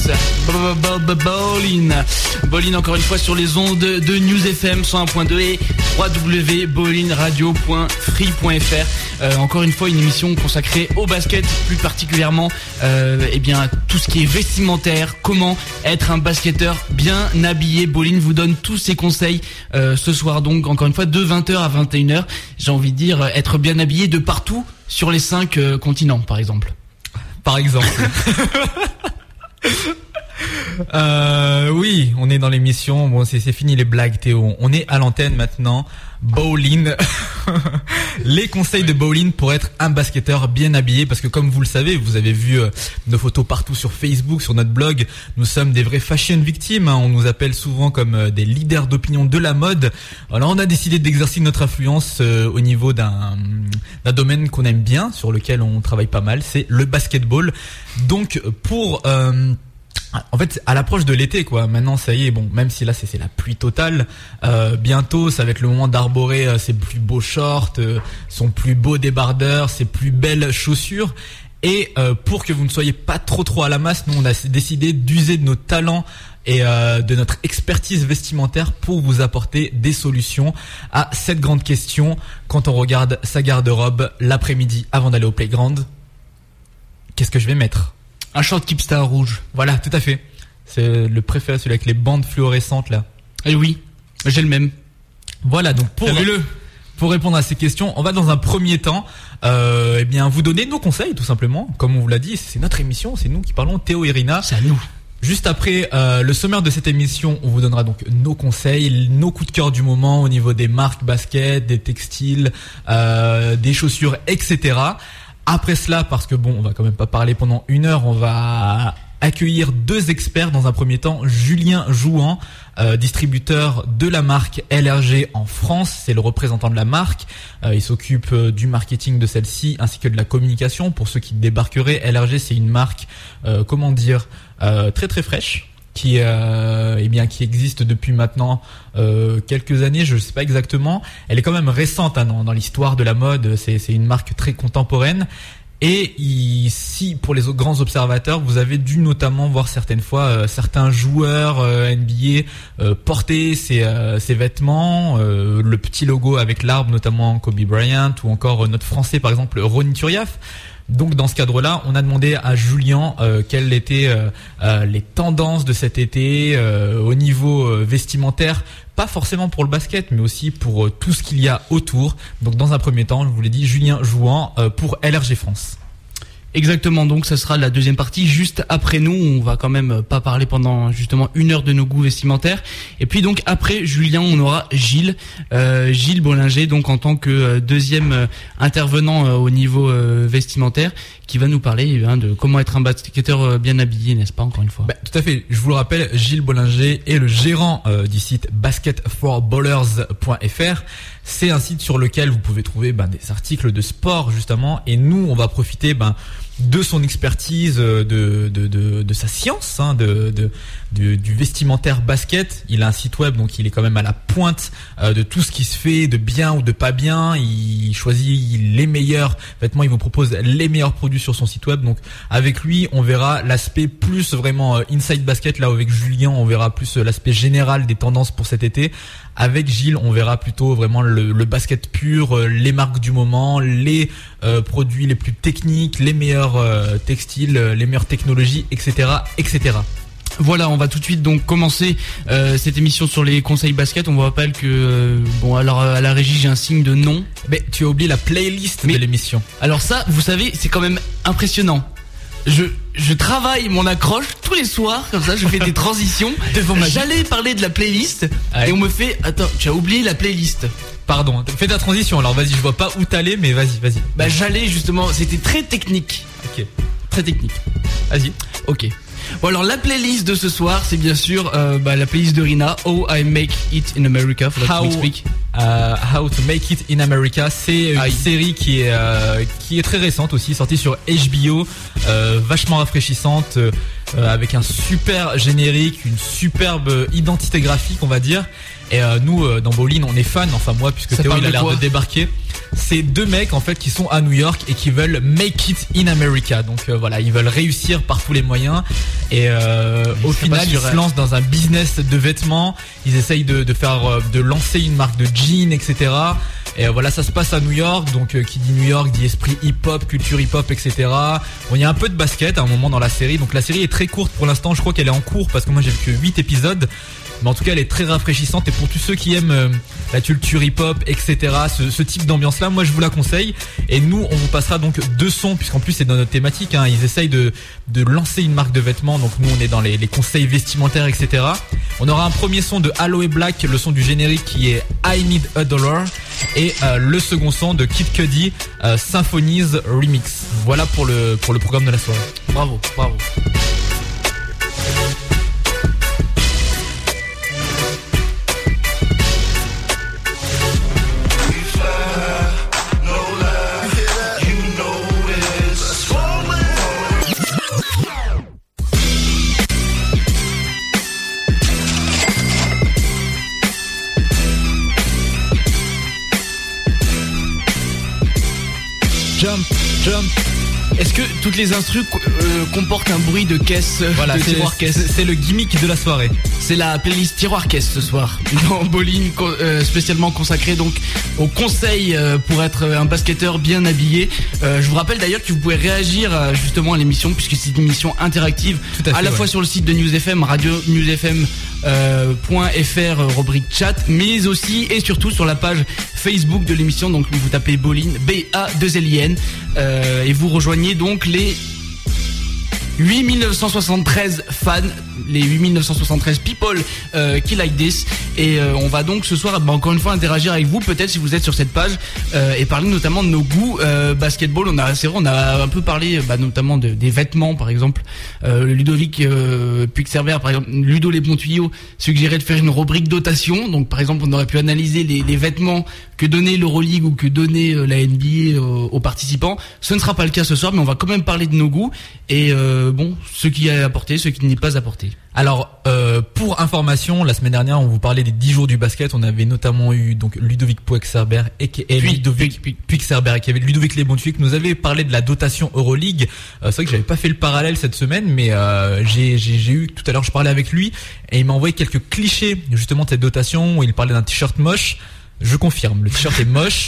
Bolin encore une fois sur les ondes de News FM 101.2 et www.bolinradio.free.fr. Encore une fois une émission consacrée au basket, plus particulièrement à tout ce qui est vestimentaire, comment être un basketteur bien habillé. Bolin vous donne tous ses conseils ce soir, donc encore une fois de 20h à 21h. J'ai envie de dire être bien habillé de partout sur les 5 continents par exemple. Par exemple. Oui, on est dans l'émission. Bon, c'est fini les blagues, Théo. On est à l'antenne maintenant. Bolin. Les conseils de Bolin pour être un basketteur bien habillé, parce que comme vous le savez, vous avez vu nos photos partout sur Facebook, sur notre blog. Nous sommes des vrais fashion victimes. On nous appelle souvent comme des leaders d'opinion de la mode. Alors, on a décidé d'exercer notre influence au niveau d'un domaine qu'on aime bien, sur lequel on travaille pas mal. C'est le basketball. Donc, en fait, à l'approche de l'été, quoi. Maintenant, ça y est, bon, même si là c'est la pluie totale, bientôt ça va être le moment d'arborer ses plus beaux shorts, son plus beau débardeur, ses plus belles chaussures. Et pour que vous ne soyez pas trop à la masse, nous on a décidé d'user de nos talents et de notre expertise vestimentaire pour vous apporter des solutions à cette grande question. Quand on regarde sa garde-robe l'après-midi avant d'aller au playground, qu'est-ce que je vais mettre ? Un short Keepstar rouge. Voilà, tout à fait. C'est le préféré, celui avec les bandes fluorescentes là. Et oui, j'ai le même. Voilà, donc pour répondre à ces questions, on va dans un premier temps vous donner nos conseils tout simplement. Comme on vous l'a dit, c'est notre émission, c'est nous qui parlons, Théo et Rina. C'est à nous. Juste après le sommaire de cette émission, on vous donnera donc nos conseils, nos coups de cœur du moment au niveau des marques basket, des textiles, des chaussures, etc. Après cela, parce que bon, on va quand même pas parler pendant 1 heure, on va accueillir 2 experts dans un premier temps. Julien Jouan, distributeur de la marque LRG en France, c'est le représentant de la marque. Il s'occupe du marketing de celle-ci ainsi que de la communication. Pour ceux qui débarqueraient, LRG c'est une marque, très fraîche, qui existe depuis maintenant quelques années, je sais pas exactement. Elle est quand même récente dans l'histoire de la mode. C'est une marque très contemporaine. Et ici, pour les grands observateurs, vous avez dû notamment voir certaines fois certains joueurs NBA porter ces vêtements, le petit logo avec l'arbre, notamment Kobe Bryant, ou encore notre Français par exemple Ronny Turiaf. Donc dans ce cadre-là, on a demandé à Julien quelles étaient les tendances de cet été au niveau vestimentaire, pas forcément pour le basket, mais aussi pour tout ce qu'il y a autour. Donc dans un premier temps, je vous l'ai dit, Julien Jouan pour LRG France. Exactement, donc ça sera la deuxième partie juste après nous. On va quand même pas parler pendant justement 1 heure de nos goûts vestimentaires. Et puis donc après Julien, on aura Gilles Bollinger, donc en tant que deuxième intervenant au niveau vestimentaire, qui va nous parler de comment être un basketteur bien habillé, n'est-ce pas, encore une fois. Tout à fait, je vous le rappelle, Gilles Bollinger est le gérant du site basketforballers.fr. C'est un site sur lequel vous pouvez trouver des articles de sport justement, et nous on va profiter de son expertise, de sa science, du vestimentaire basket. Il a un site web, donc il est quand même à la pointe de tout ce qui se fait de bien ou de pas bien. Il choisit les meilleurs vêtements, il vous propose les meilleurs produits sur son site web. Donc avec lui, on verra l'aspect plus vraiment inside basket. Là, avec Julien, on verra plus l'aspect général des tendances pour cet été. Avec Gilles, on verra plutôt vraiment le basket pur, les marques du moment, les produits les plus techniques, les meilleurs textiles, les meilleures technologies, etc., etc. Voilà, on va tout de suite donc commencer cette émission sur les conseils basket. On vous rappelle que alors à la régie j'ai un signe de non. Mais tu as oublié la playlist de l'émission. Alors ça, vous savez, c'est quand même impressionnant. Je travaille mon accroche tous les soirs, comme ça je fais des transitions. J'allais parler de la playlist et on me fait attends, tu as oublié la playlist. Pardon, fais ta transition alors, vas-y, je vois pas où t'allais mais vas-y. J'allais justement, c'était très technique. Ok. Très technique. Vas-y. Ok. Bon alors la playlist de ce soir, c'est bien sûr la playlist de Rina, How I Make It in America. Faudrait que tu m'expliques. How to Make It in America, c'est une série qui est très récente aussi, sortie sur HBO, vachement rafraîchissante. avec un super générique, une superbe identité graphique, on va dire. Et nous, dans Bowling, on est fans, enfin moi, puisque Théo il a l'air de débarquer. C'est deux mecs en fait qui sont à New York et qui veulent make it in America. Donc voilà, ils veulent réussir par tous les moyens. Et au final, ils se lancent dans un business de vêtements. Ils essayent de lancer une marque de jeans, etc. Et voilà, ça se passe à New York. Donc qui dit New York dit esprit hip-hop, culture hip-hop, etc. Bon, il y a un peu de basket à un moment dans la série. Donc la série est très courte pour l'instant. Je crois qu'elle est en cours parce que moi j'ai vu que 8 épisodes. Mais en tout cas, elle est très rafraîchissante. Et pour tous ceux qui aiment la culture hip-hop, etc., ce type d'ambiance-là, moi je vous la conseille. Et nous, on vous passera donc 2 sons, puisqu'en plus c'est dans notre thématique. Hein, ils essayent de lancer une marque de vêtements. Donc nous, on est dans les conseils vestimentaires, etc. On aura un premier son de Aloe Black, le son du générique qui est I Need $1. Et le second son de Kid Cudi, Symphonies Remix. Voilà pour le programme de la soirée. Bravo, bravo. Jump. Est-ce que toutes les instrus comportent un bruit de caisse, voilà, de tiroir caisse? C'est le gimmick de la soirée. C'est la playlist tiroir caisse ce soir dans Bowling, spécialement consacrée donc au conseil pour être un basketteur bien habillé. Je vous rappelle d'ailleurs que vous pouvez réagir justement à l'émission puisque c'est une émission interactive à la fois sur le site de News FM, radio News FM. .fr rubrique chat, mais aussi et surtout sur la page Facebook de l'émission. Donc vous tapez Bowling, B-A-2-L-I-N, et vous rejoignez donc les 8973 fans, les 8973 people qui like this. Et on va donc ce soir encore une fois interagir avec vous, peut-être si vous êtes sur cette page, et parler notamment de nos goûts basketball. C'est vrai, on a un peu parlé notamment des vêtements par exemple. Ludovic Puigcerver par exemple, Ludo Les Bons Tuyaux suggérait de faire une rubrique dotation. Donc par exemple on aurait pu analyser les vêtements que donnait l'Euroleague ou que donnait la NBA aux participants. Ce ne sera pas le cas ce soir, mais on va quand même parler de nos goûts et ce qui est apporté, ce qui n'est pas apporté. Alors pour information, la semaine dernière on vous parlait des 10 jours du basket. On avait notamment eu donc Ludovic Puigcerver et Ludovic Puigcerver qui avait Ludovic Les Bons Tuyaux qui nous avait parlé de la dotation Euroleague. C'est vrai que j'avais pas fait le parallèle cette semaine, mais j'ai eu tout à l'heure, je parlais avec lui et il m'a envoyé quelques clichés justement de cette dotation où il parlait d'un t-shirt moche. Je confirme, le t-shirt est moche.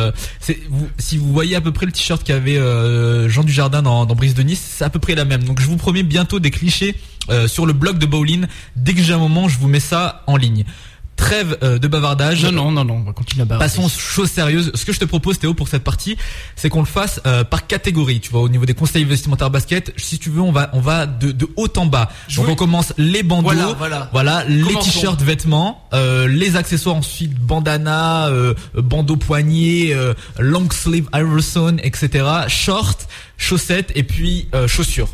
Si vous voyez à peu près le t-shirt qu'avait Jean Dujardin dans Brise de Nice, c'est à peu près la même. Donc je vous promets bientôt des clichés sur le blog de Bowling. Dès que j'ai un moment, je vous mets ça en ligne. Trêve de bavardage. Non, on va continuer à bavarder. Passons aux choses sérieuses. Ce que je te propose, Théo, pour cette partie, c'est qu'on le fasse par catégorie. Tu vois, au niveau des conseils vestimentaires basket, si tu veux, on va de haut en bas. Donc on commence les bandeaux, voilà, les t-shirts, vêtements, les accessoires ensuite, bandana, bandeau poignet, long sleeve Iverson, etc. Shorts, chaussettes et puis chaussures.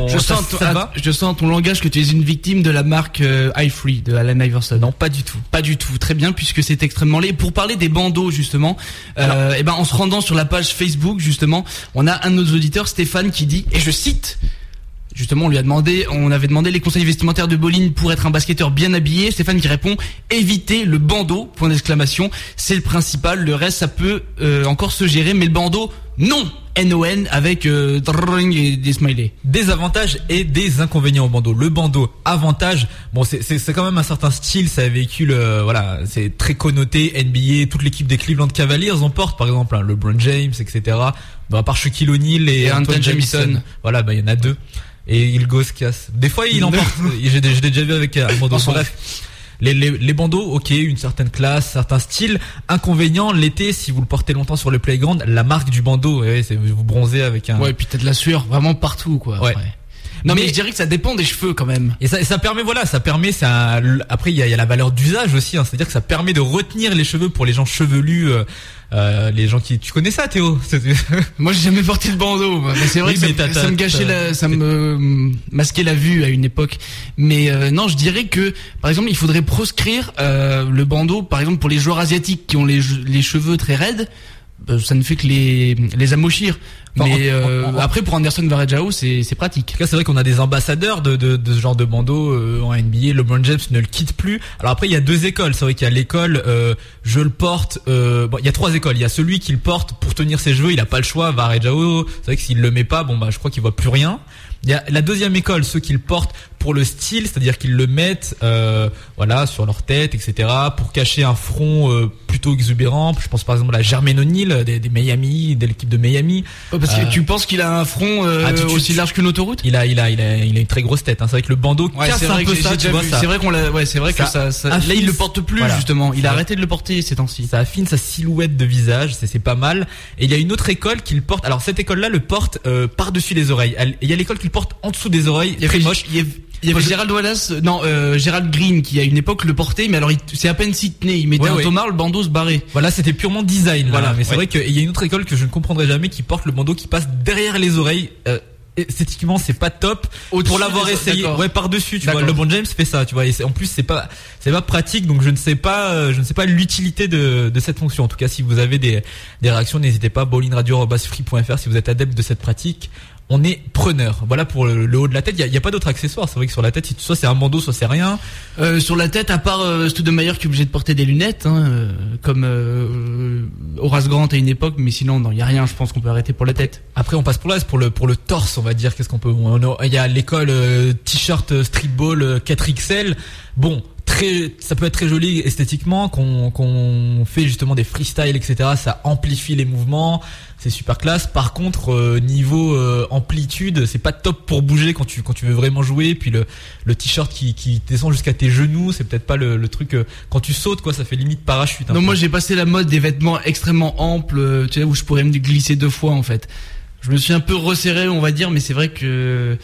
Je sens ton langage que tu es une victime de la marque iFree de Allen Iverson. Non, pas du tout. Pas du tout. Très bien, puisque c'est extrêmement laid. Pour parler des bandeaux, justement, en se rendant sur la page Facebook, justement, on a un de nos auditeurs, Stéphane, qui dit, et je cite, justement, on avait demandé les conseils vestimentaires de Bowling pour être un basketteur bien habillé. Stéphane qui répond, évitez le bandeau, point d'exclamation. C'est le principal. Le reste, ça peut encore se gérer, mais le bandeau, non! NON avec et des smileys. Des avantages et des inconvénients au bandeau. Le bandeau, avantage, bon c'est quand même un certain style, ça véhicule c'est très connoté, NBA, toute l'équipe des Cleveland Cavaliers en porte par exemple, LeBron James, etc. À part Shaquille O'Neal et Antoine Jamison. Voilà, il y en a deux. Et il casse. Des fois il emporte. J'ai déjà vu avec un bandeau. Bref. Les bandeaux, ok, une certaine classe, certains styles. Inconvénient, l'été, si vous le portez longtemps sur le playground, la marque du bandeau, c'est vous bronzez avec un. Ouais, et puis t'as de la sueur vraiment partout, quoi. Ouais. Non, mais je dirais que ça dépend des cheveux quand même. Et ça permet, après il y a la valeur d'usage aussi, hein, c'est-à-dire que ça permet de retenir les cheveux pour les gens chevelus. Les gens tu connais ça, Théo? Moi j'ai jamais porté de bandeau, mais c'est vrai que ça me gâchait ça me masquait la vue à une époque. Mais non, je dirais que par exemple il faudrait proscrire le bandeau, par exemple pour les joueurs asiatiques qui ont les cheveux très raides. ça ne fait que les amochir. Enfin, Mais après pour Anderson Varejao c'est pratique. En tout cas, c'est vrai qu'on a des ambassadeurs de ce genre de bandeau en NBA. LeBron James ne le quitte plus. Alors après, il y a deux écoles. C'est vrai qu'il y a l'école je le porte. Bon, il y a trois écoles. Il y a celui qui le porte pour tenir ses cheveux. Il a pas le choix. Varejao, c'est vrai que s'il le met pas, bon bah je crois qu'il voit plus rien. Il y a la deuxième école, ceux qui le portent pour le style, c'est-à-dire qu'ils le mettent voilà sur leur tête, etc. pour cacher un front plutôt exubérant. Je pense par exemple à Jermaine O'Neal des Miami, de l'équipe de Miami. Parce que tu penses qu'il a un front aussi large qu'une autoroute? Il a une très grosse tête. Hein. C'est vrai que le bandeau casse un peu ça. Tu vois, ça. C'est vrai qu'on l'a. Ouais, c'est vrai que ça là il le porte plus justement. Il a arrêté de le porter ces temps-ci. Ça affine sa silhouette de visage. C'est pas mal. Et il y a une autre école qui le porte. Alors cette école-là le porte par-dessus les oreilles. Il y a l'école qui le porte en dessous des oreilles. Très moche. Il y avait Gerald Wallace, Gerald Green qui à une époque le portait, mais alors c'est à peine s'y tenait. Il mettait un tomard, le bandeau se barrait. Voilà, c'était purement design. Voilà, mais c'est vrai qu'il y a une autre école que je ne comprendrai jamais qui porte le bandeau qui passe derrière les oreilles. Esthétiquement, c'est pas top. Pour l'avoir essayé, par-dessus, tu vois. LeBron James fait ça, tu vois. Et en plus, c'est pas pratique, donc je ne sais pas l'utilité de cette fonction. En tout cas, si vous avez des réactions, n'hésitez pas. bowlingradio@free.fr si vous êtes adepte de cette pratique. On est preneur. Voilà pour le haut de la tête. Il y a pas d'autres accessoires. C'est vrai que sur la tête, soit c'est un bandeau, soit c'est rien. Sur la tête, à part Stoudemire qui est obligé de porter des lunettes, comme Horace Grant à une époque, mais sinon non, il y a rien. Je pense qu'on peut arrêter pour la tête. Après, on passe pour le torse, on va dire. Qu'est-ce qu'on peut. Il y a l'école t-shirt streetball 4XL. Bon. Ça peut être très joli esthétiquement qu'on fait justement des freestyles, etc. Ça amplifie les mouvements, c'est super classe. Par contre, niveau amplitude, c'est pas top pour bouger quand tu veux vraiment jouer. Puis le t-shirt qui descend jusqu'à tes genoux, c'est peut-être pas le truc quand tu sautes quoi, ça fait limite parachute. Non, moi j'ai passé la mode des vêtements extrêmement amples, tu sais, où je pourrais me glisser deux fois en fait. Je me suis un peu resserré, on va dire, mais c'est vrai que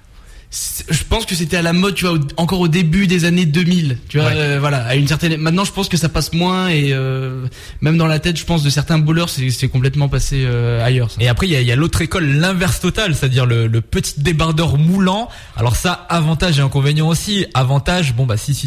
je pense que c'était à la mode, tu vois, encore au début des années 2000, tu vois, voilà, à une certaine. Maintenant, je pense que ça passe moins et même dans la tête, je pense de certains bowlers, c'est complètement passé ailleurs. Ça. Et après, il y a l'autre école, l'inverse total, c'est-à-dire le petit débardeur moulant. Alors ça, avantage et inconvénient aussi. Avantage, bon bah si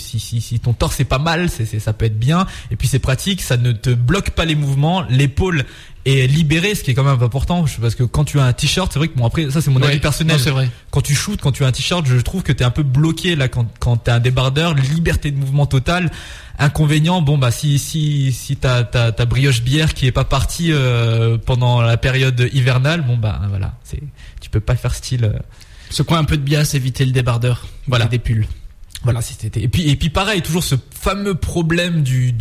ton torse est pas mal, ça peut être bien. Et puis c'est pratique, ça ne te bloque pas les mouvements, l'épaule est libérée, ce qui est quand même important parce que quand tu as un t-shirt, c'est vrai que bon après ça c'est mon avis personnel. Non, c'est vrai. Quand tu shootes, quand tu as un t-shirt, je trouve que t'es un peu bloqué là quand t'as un débardeur, liberté de mouvement totale. Inconvénient, bon bah si t'as ta brioche bière qui est pas partie pendant la période hivernale, bon bah voilà, tu peux pas faire style. Ce coin un peu de biasse, éviter le débardeur. Voilà, des pulls. Voilà, c'était. Et puis pareil, toujours ce fameux problème du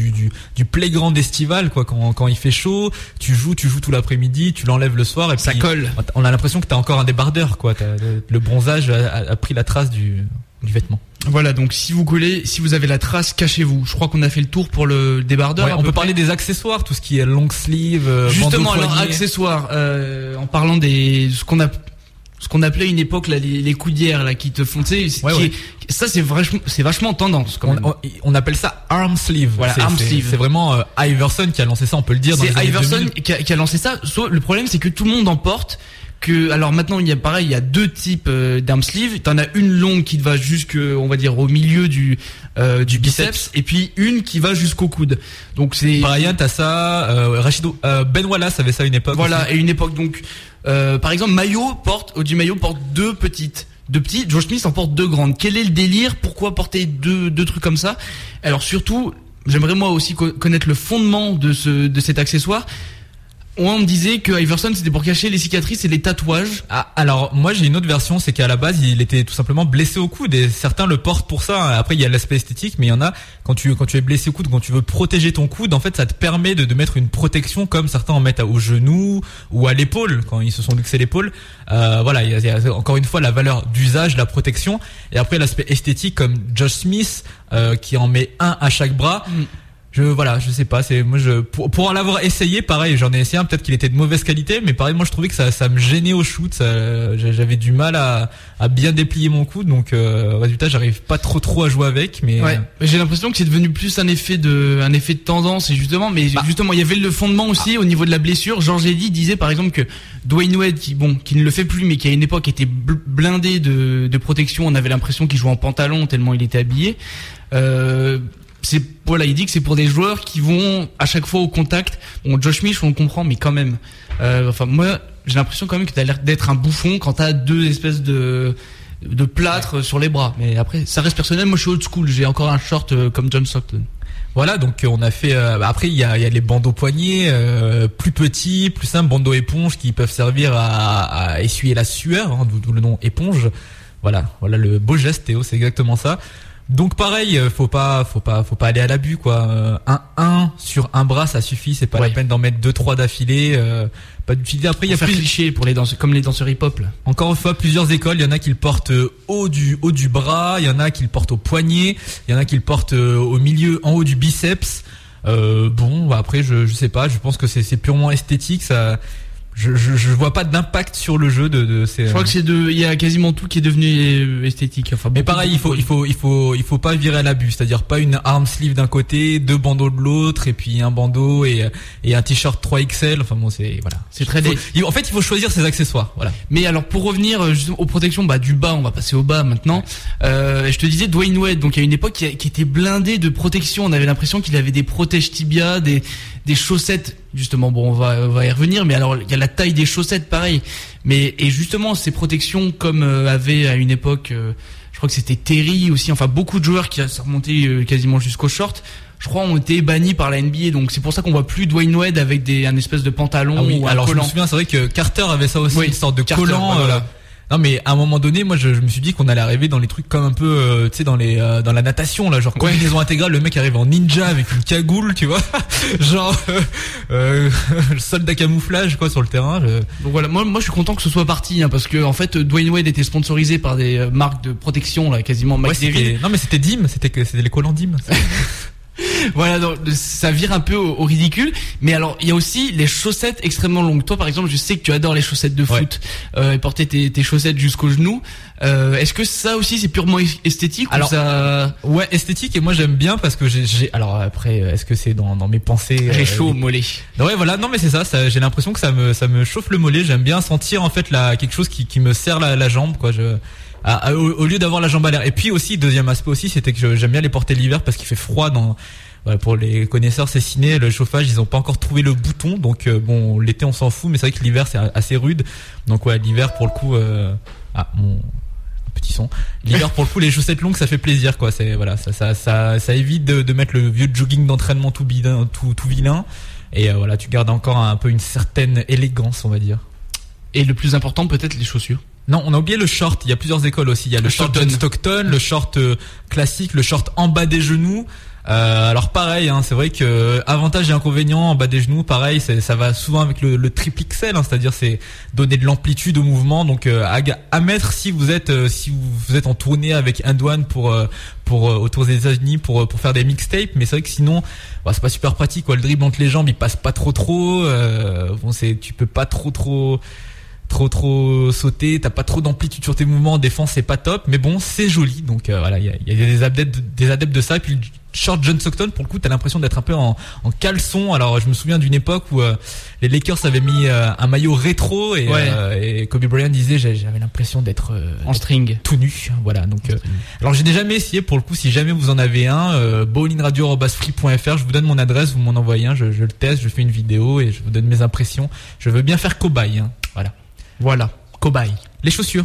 playground estival quoi. Quand il fait chaud, tu joues tout l'après-midi, tu l'enlèves le soir et ça puis colle. On a l'impression que t'as encore un débardeur quoi. Le bronzage a pris la trace du vêtement. Voilà, donc si vous avez la trace, cachez-vous. Je crois qu'on a fait le tour pour le débardeur. Ouais, on peut parler des accessoires, tout ce qui est long sleeve, justement, alors accessoires. En parlant ce qu'on appelait à une époque là, les coudières là qui te font, tu sais, ça c'est vachement tendance quand même. On appelle ça arm sleeve. Voilà, arm sleeve. C'est vraiment Iverson qui a lancé ça, on peut le dire. C'est Iverson qui a lancé ça. Le problème c'est que tout le monde en porte. Alors maintenant il y a deux types d'arm sleeve. T'en as une longue qui va on va dire au milieu du biceps et puis une qui va jusqu'au coude. Donc c'est Bryant a ça, Rashido, Ben Wallace avait ça à une époque. Voilà, aussi. et une époque donc par exemple Odi Mayo porte deux petites. Josh Smith en porte deux grandes. Quel est le délire? Pourquoi porter deux trucs comme ça? Alors surtout, j'aimerais moi aussi connaître le fondement de cet accessoire. On me disait que Iverson c'était pour cacher les cicatrices et les tatouages. Ah, alors moi j'ai une autre version, c'est qu'à la base il était tout simplement blessé au coude et certains le portent pour ça. Après il y a l'aspect esthétique, mais il y en a quand tu es blessé au coude, quand tu veux protéger ton coude, en fait ça te permet de mettre une protection comme certains en mettent au genou ou à l'épaule quand ils se sont luxés l'épaule. Voilà, il y a encore une fois la valeur d'usage, la protection, et après l'aspect esthétique comme Josh Smith qui en met un à chaque bras. Je sais pas, pour l'avoir essayé, pareil, j'en ai essayé un, peut-être qu'il était de mauvaise qualité, mais pareil, moi je trouvais que ça me gênait au shoot, j'avais du mal à bien déplier mon coude, donc résultat, j'arrive pas trop à jouer avec, mais j'ai l'impression que c'est devenu plus un effet de tendance, et justement, justement, il y avait le fondement aussi au niveau de la blessure. Georges Eddy disait par exemple que Dwayne Wade, qui ne le fait plus, mais qui à une époque était blindé de protection, on avait l'impression qu'il jouait en pantalon tellement il était habillé. il dit que c'est pour des joueurs qui vont à chaque fois au contact. Bon, Josh Smith, on le comprend, mais quand même. Moi, j'ai l'impression quand même que t'as l'air d'être un bouffon quand t'as deux espèces de plâtre sur les bras. Mais après, ça reste personnel. Moi, je suis old school. J'ai encore un short comme John Stockton. Voilà, donc on a fait. Après, il y a les bandeaux poignets plus petits, plus simples, bandeaux éponges qui peuvent servir à essuyer la sueur, hein, d'où le nom éponge. Voilà le beau geste, Théo, c'est exactement ça. Donc pareil, faut pas aller à l'abus, quoi. Un sur un bras, ça suffit. C'est pas la peine d'en mettre 2-3 d'affilée. Pas d'utilité. Après, il y a plus cliché pour les danseurs, comme les danseurs hip-hop, là. Encore une fois, plusieurs écoles. Il y en a qui le portent haut du bras. Il y en a qui le portent au poignet. Il y en a qui le portent au milieu, en haut du biceps. Après, je sais pas. Je pense que c'est purement esthétique. Ça, je vois pas d'impact sur le jeu de ces. Je crois que il y a quasiment tout qui est devenu esthétique. Enfin, mais pareil, il faut pas virer à l'abus. C'est-à-dire pas une arm sleeve d'un côté, 2 bandeaux de l'autre, et puis un bandeau et un t-shirt 3XL. Enfin bon, c'est très. En fait, il faut choisir ses accessoires. Voilà. Mais alors, pour revenir justement aux protections, du bas, on va passer au bas maintenant. Je te disais Dwayne Wade. Donc il y a une époque qui était blindée de protection. On avait l'impression qu'il avait des protèges tibia, des chaussettes. Justement, on va y revenir, mais alors il y a la taille des chaussettes, pareil. Et justement, ces protections, comme avait à une époque, je crois que c'était Terry aussi, enfin beaucoup de joueurs qui sont remontés quasiment jusqu'au short, je crois, ont été bannis par la NBA. Donc c'est pour ça qu'on voit plus Dwayne Wade avec un espèce de pantalon ou un alors collant. Je me souviens, c'est vrai que Carter avait ça aussi, une sorte de collant. Voilà. Non, mais à un moment donné, moi je me suis dit qu'on allait arriver dans les trucs comme un peu dans la natation là, genre combinaison intégrale, le mec arrive en ninja avec une cagoule, tu vois. Genre soldat camouflage quoi sur le terrain. Donc voilà, moi je suis content que ce soit parti, hein, parce que en fait Dwayne Wade était sponsorisé par des marques de protection là, quasiment McDavid. Non mais c'était Dim, c'était les collants Dim. Voilà, donc ça vire un peu au ridicule. Mais alors, il y a aussi les chaussettes extrêmement longues. Toi, par exemple, je sais que tu adores les chaussettes de foot, et porter tes chaussettes jusqu'au genou. Est-ce que ça aussi c'est purement esthétique? Alors, ou ça... ouais, esthétique, et moi j'aime bien parce que j'ai alors après, est-ce que c'est dans mes pensées? J'ai chaud au mollet. Ouais, voilà, non mais c'est ça, j'ai l'impression que ça me chauffe le mollet. J'aime bien sentir en fait quelque chose qui me serre la jambe, quoi. Au lieu d'avoir la jambe à l'air. Et puis aussi, deuxième aspect aussi, c'était que j'aime bien les porter l'hiver parce qu'il fait froid pour les connaisseurs, c'est ciné, le chauffage, ils ont pas encore trouvé le bouton, donc l'été on s'en fout, mais c'est vrai que l'hiver c'est assez rude. Donc ouais, l'hiver pour le coup, mon petit son. L'hiver pour le coup, les chaussettes longues, ça fait plaisir, quoi. C'est voilà, ça évite de mettre le vieux jogging d'entraînement tout vilain. Et voilà, tu gardes encore un peu une certaine élégance, on va dire. Et le plus important, peut-être les chaussures. Non, on a oublié le short. Il y a plusieurs écoles aussi. Il y a le short John Stockton, le short classique, le short en bas des genoux. Alors pareil, hein, c'est vrai que avantage et inconvénient en bas des genoux, pareil, ça va souvent avec le triple XL, hein, c'est-à-dire c'est donner de l'amplitude au mouvement. Donc à mettre si vous êtes en tournée avec Antoine pour autour des États-Unis pour faire des mixtapes. Mais c'est vrai que sinon, c'est pas super pratique, quoi. Le dribble entre les jambes, il passe pas trop. Tu peux pas trop sauter, t'as pas trop d'amplitude sur tes mouvements en défense, c'est pas top, mais bon, c'est joli. Donc voilà, il y a des adeptes de ça. Et puis le short John Stockton, pour le coup, t'as l'impression d'être un peu en caleçon. Alors je me souviens d'une époque où les Lakers avaient mis un maillot rétro et Kobe Bryant disait j'avais l'impression d'être en string, tout nu. Voilà, donc alors j'ai jamais essayé, pour le coup. Si jamais vous en avez un, bowlingradio@free.fr, je vous donne mon adresse, vous m'en envoyez un, je le teste, je fais une vidéo et je vous donne mes impressions. Je veux bien faire cobaye, hein. Voilà, cobaye. Les chaussures.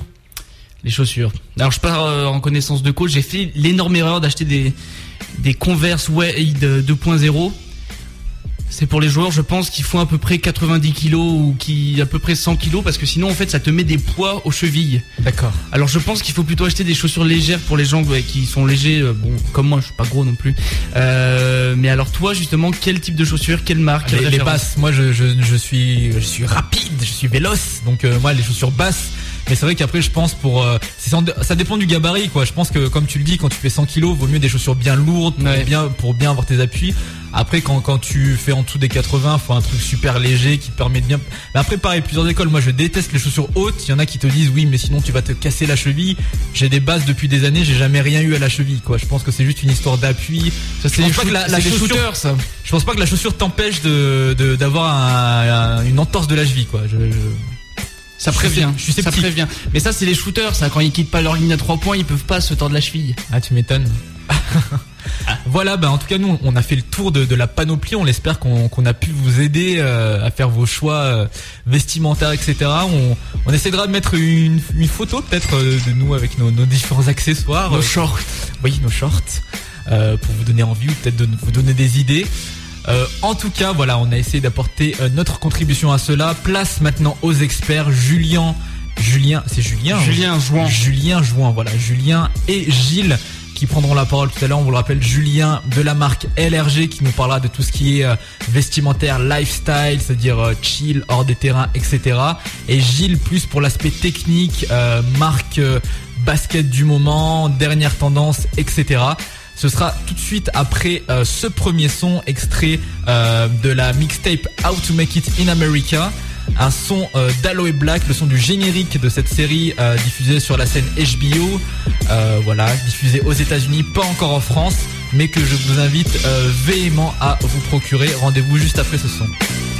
Alors je pars en connaissance de cause. J'ai fait l'énorme erreur d'acheter des Converse Wade 2.0. C'est pour les joueurs, je pense, qui font à peu près 90 kilos ou qui à peu près 100 kilos, parce que sinon en fait ça te met des poids aux chevilles. D'accord. Alors je pense qu'il faut plutôt acheter des chaussures légères pour les gens qui sont légers. Comme moi, je suis pas gros non plus. Mais alors toi justement, quel type de chaussures, quelle marque? Les basses. Moi je suis rapide, je suis véloce. Donc moi les chaussures basses. Mais c'est vrai qu'après je pense ça dépend du gabarit, quoi. Je pense que comme tu le dis, quand tu fais 100 kilos, vaut mieux des chaussures bien lourdes pour bien avoir tes appuis. Après quand tu fais en dessous des 80, faut un truc super léger qui te permet de bien. Mais après pareil, plusieurs écoles. Moi je déteste les chaussures hautes. Il y en a qui te disent oui, mais sinon tu vas te casser la cheville. J'ai des bases depuis des années, j'ai jamais rien eu à la cheville, quoi. Je pense que c'est juste une histoire d'appui. Ça, c'est les shooters, ça. Je pense pas que la chaussure t'empêche d'avoir une entorse de la cheville, quoi. Ça prévient, ça prévient. Mais ça, c'est les shooters, ça. Quand ils quittent pas leur ligne à 3 points, ils peuvent pas se tordre la cheville. Ah, tu m'étonnes. Voilà, en tout cas nous on a fait le tour de la panoplie. On espère qu'on a pu vous aider à faire vos choix vestimentaires, etc. On essaiera de mettre une photo peut-être de nous avec nos différents accessoires, nos shorts. Oui, nos shorts, pour vous donner envie ou peut-être de vous donner des idées. En tout cas, voilà, on a essayé d'apporter notre contribution à cela. Place maintenant aux experts. Julien Jouin, voilà, Julien et Gilles qui prendront la parole tout à l'heure. On vous le rappelle, Julien de la marque LRG qui nous parlera de tout ce qui est vestimentaire, lifestyle, c'est-à-dire chill, hors des terrains, etc. Et Gilles plus pour l'aspect technique, marque basket du moment, dernière tendance, etc. Ce sera tout de suite après ce premier son extrait de la mixtape How to Make It in America. Un son d'Aloe Black, le son du générique de cette série diffusée sur la scène HBO. Voilà, diffusée aux États-Unis, pas encore en France, mais que je vous invite véhément à vous procurer. Rendez-vous juste après ce son.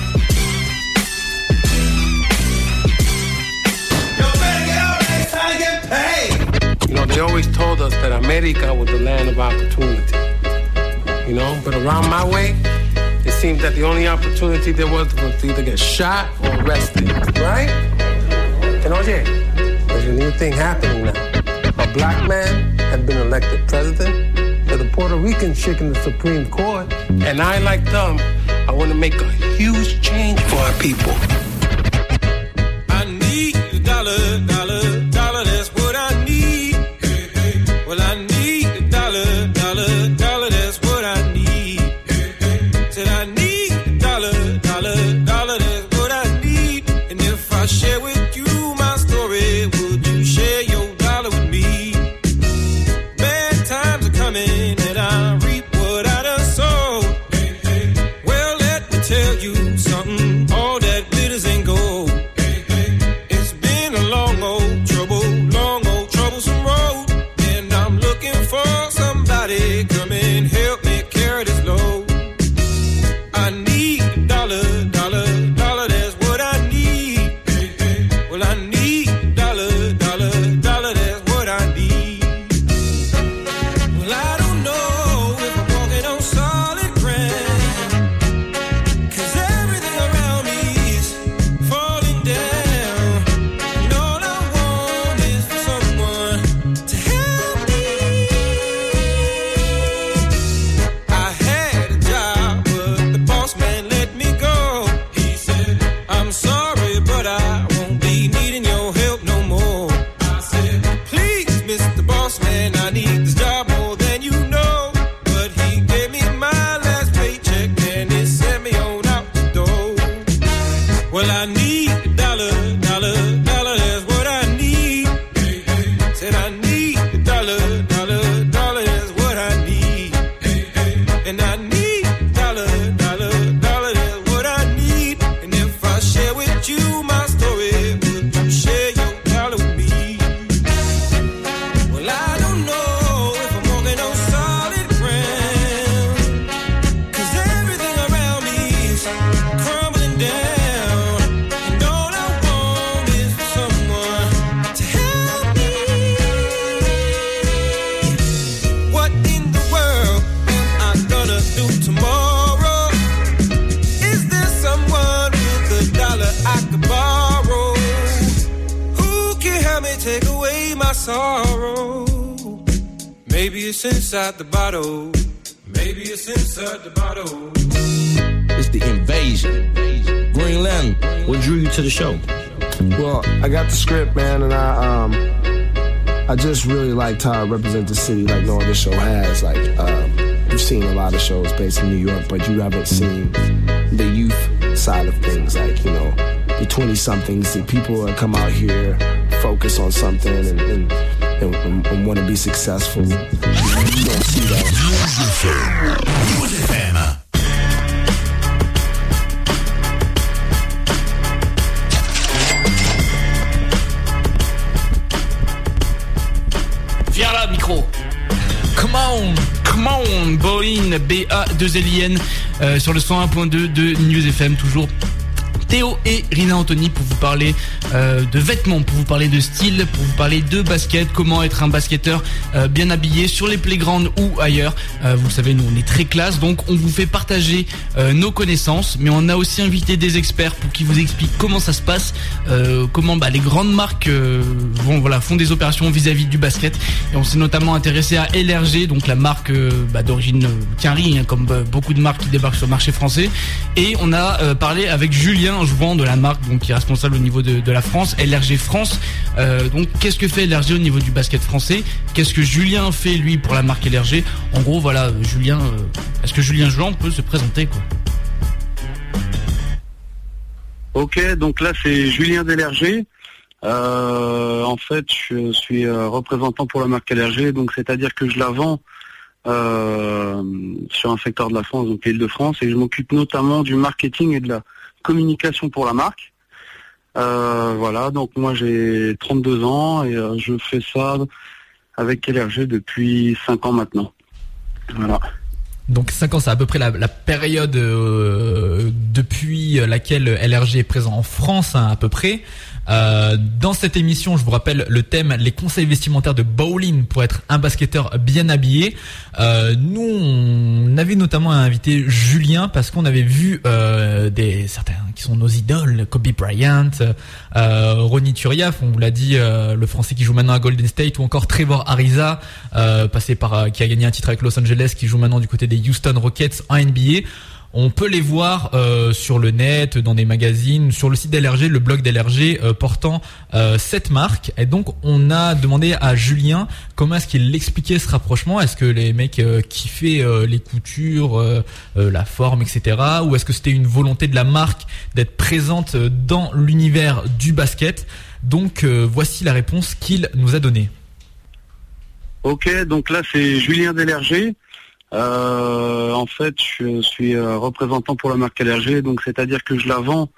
You know, they always told us that America was the land of opportunity. You know, but around my way, it seemed that the only opportunity there was to either get shot or arrested, right? And oye, there's a new thing happening now. A black man had been elected president, there's a Puerto Rican chick in the Supreme Court, and I, like them, I want to make a huge change for our people. I need a dollar, that's what I need. Well, I need a dollar, that's what I need. Said I need a dollar, that's what I need. And if I share with you my story, would you share your dollar with me? Bad times are coming and I reap what I done sowed. Well, let me tell you something, all that glitters ain't gold. It's been a long old troublesome road. And I'm looking for somebody come and help me carry this load. I need a dollar, that's what I need. Well, I need a dollar, that's what I need. Well, I don't know if I'm walking on solid ground, 'cause everything around me is falling down. And all I want is for someone to help me. I had a job, but the boss man let me go. He said, I'm sorry, but I won't be needing your help no more. I said, please, Mr. Boss Man, I need this job more than you know. But he gave me my last paycheck and he sent me on out the door. Well, I need a dollar, that's what I need. Said I need a dollar, that's what I need. And I need a dollar, that's what I need. And if I share with you my story, would you share your dollar with me? Well, I don't know if I'm walking on solid ground, 'cause everything around me is crumbling down. And all I want is for someone to help me. What in the world am I gonna do tomorrow? Is there someone with a dollar I could borrow? Who can help me take away my sorrow? Maybe it's inside the bottle. Maybe it's inside the bottle. It's the invasion. Green Lantern, what drew you to the show? Well, I got the script, man, and I just really liked how I represent the city like no other show has. Like, you've seen a lot of shows based in New York, but you haven't seen the youth side of things. Like, you know, the 20-somethings, the people that come out here, focus on something and want to be successful. You don't see that. News FM. Viens là, micro. Come on, Bolin, B-A-2-L-I-N, sur le 101.2 de News FM, toujours Théo et Rina Anthony pour vous parler de vêtements, pour vous parler de style, pour vous parler de basket, comment être un basketteur bien habillé sur les playgrounds ou ailleurs. Vous le savez, nous on est très classe, donc on vous fait partager nos connaissances, mais on a aussi invité des experts pour qu'ils vous expliquent comment ça se passe, comment les grandes marques font des opérations vis-à-vis du basket. Et on s'est notamment intéressé à LRG, donc la marque d'origine Quinry, comme beaucoup de marques qui débarquent sur le marché français. Et on a parlé avec Julien Jouan de la marque, donc qui est responsable au niveau de la France, LRG France. Donc qu'est-ce que fait LRG au niveau du basket français? Qu'est-ce que Julien fait lui pour la marque LRG? En gros, voilà, Julien, est-ce que Julien Jouan peut se présenter, quoi? Ok, donc là c'est Julien d'LRG. En fait, je suis représentant pour la marque LRG, donc c'est-à-dire que je la vends sur un secteur de la France, donc l'Île-de-France, et je m'occupe notamment du marketing et de la communication pour la marque. Voilà, donc moi j'ai 32 ans et je fais ça avec LRG depuis 5 ans maintenant. Voilà. Donc 5 ans, c'est à peu près la période depuis laquelle LRG est présent en France, à peu près. Dans cette émission, je vous rappelle le thème, les conseils vestimentaires de Bowling pour être un basketteur bien habillé. Nous, on avait notamment invité Julien parce qu'on avait vu certains qui sont nos idoles, Kobe Bryant, Ronny Turiaf, on vous l'a dit, le Français qui joue maintenant à Golden State, ou encore Trevor Ariza, qui a gagné un titre avec Los Angeles, qui joue maintenant du côté des Houston Rockets en NBA. On peut les voir sur le net, dans des magazines, sur le site d'LRG, le blog d'LRG portant cette marque. Et donc on a demandé à Julien comment est-ce qu'il expliquait ce rapprochement. Est-ce que les mecs kiffaient les coutures, la forme, etc. Ou est-ce que c'était une volonté de la marque d'être présente dans l'univers du basket? Donc voici la réponse qu'il nous a donnée. Ok, donc là c'est Julien d'LRG. En fait, je suis représentant pour la marque LRG, donc c'est-à-dire que je la vends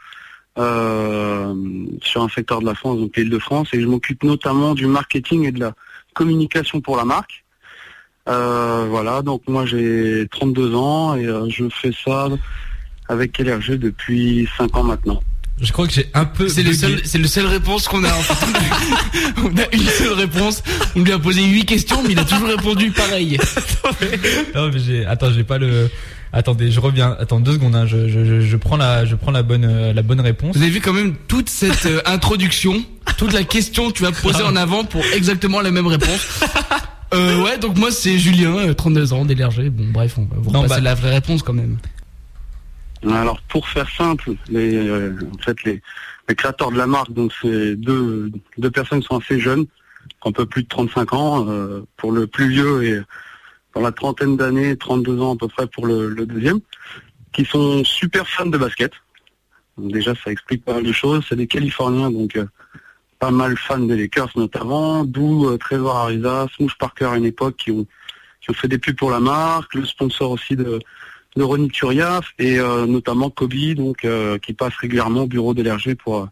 sur un secteur de la France, donc l'Île-de-France, et je m'occupe notamment du marketing et de la communication pour la marque. Voilà, donc moi j'ai 32 ans et je fais ça avec LRG depuis 5 ans maintenant. Je crois que j'ai un peu... C'est le seul réponse qu'on a. En fait. On a une seule réponse. On lui a posé 8 questions, mais il a toujours répondu pareil. Non, mais j'ai pas le... Attendez, je reviens. Attends 2 secondes. Hein. Je prends la bonne réponse. Vous avez vu quand même toute cette introduction, toute la question que tu vas poser en avant pour exactement la même réponse. Ouais, donc moi c'est Julien, 32 ans, d'LRG. Bon, bref, on va vous repasser la vraie réponse quand même. Alors pour faire simple, les créateurs de la marque, donc c'est deux personnes qui sont assez jeunes, un peu plus de 35 ans pour le plus vieux et dans la trentaine d'années, 32 ans à peu près pour le deuxième, qui sont super fans de basket. Donc déjà ça explique pas mal de choses, c'est des Californiens, donc pas mal fans des Lakers notamment, d'où Trevor Ariza, Smooth Parker à une époque qui ont fait des pubs pour la marque, le sponsor aussi de Ronny Turiaf et notamment Kobe, donc qui passe régulièrement au bureau d'LRG pour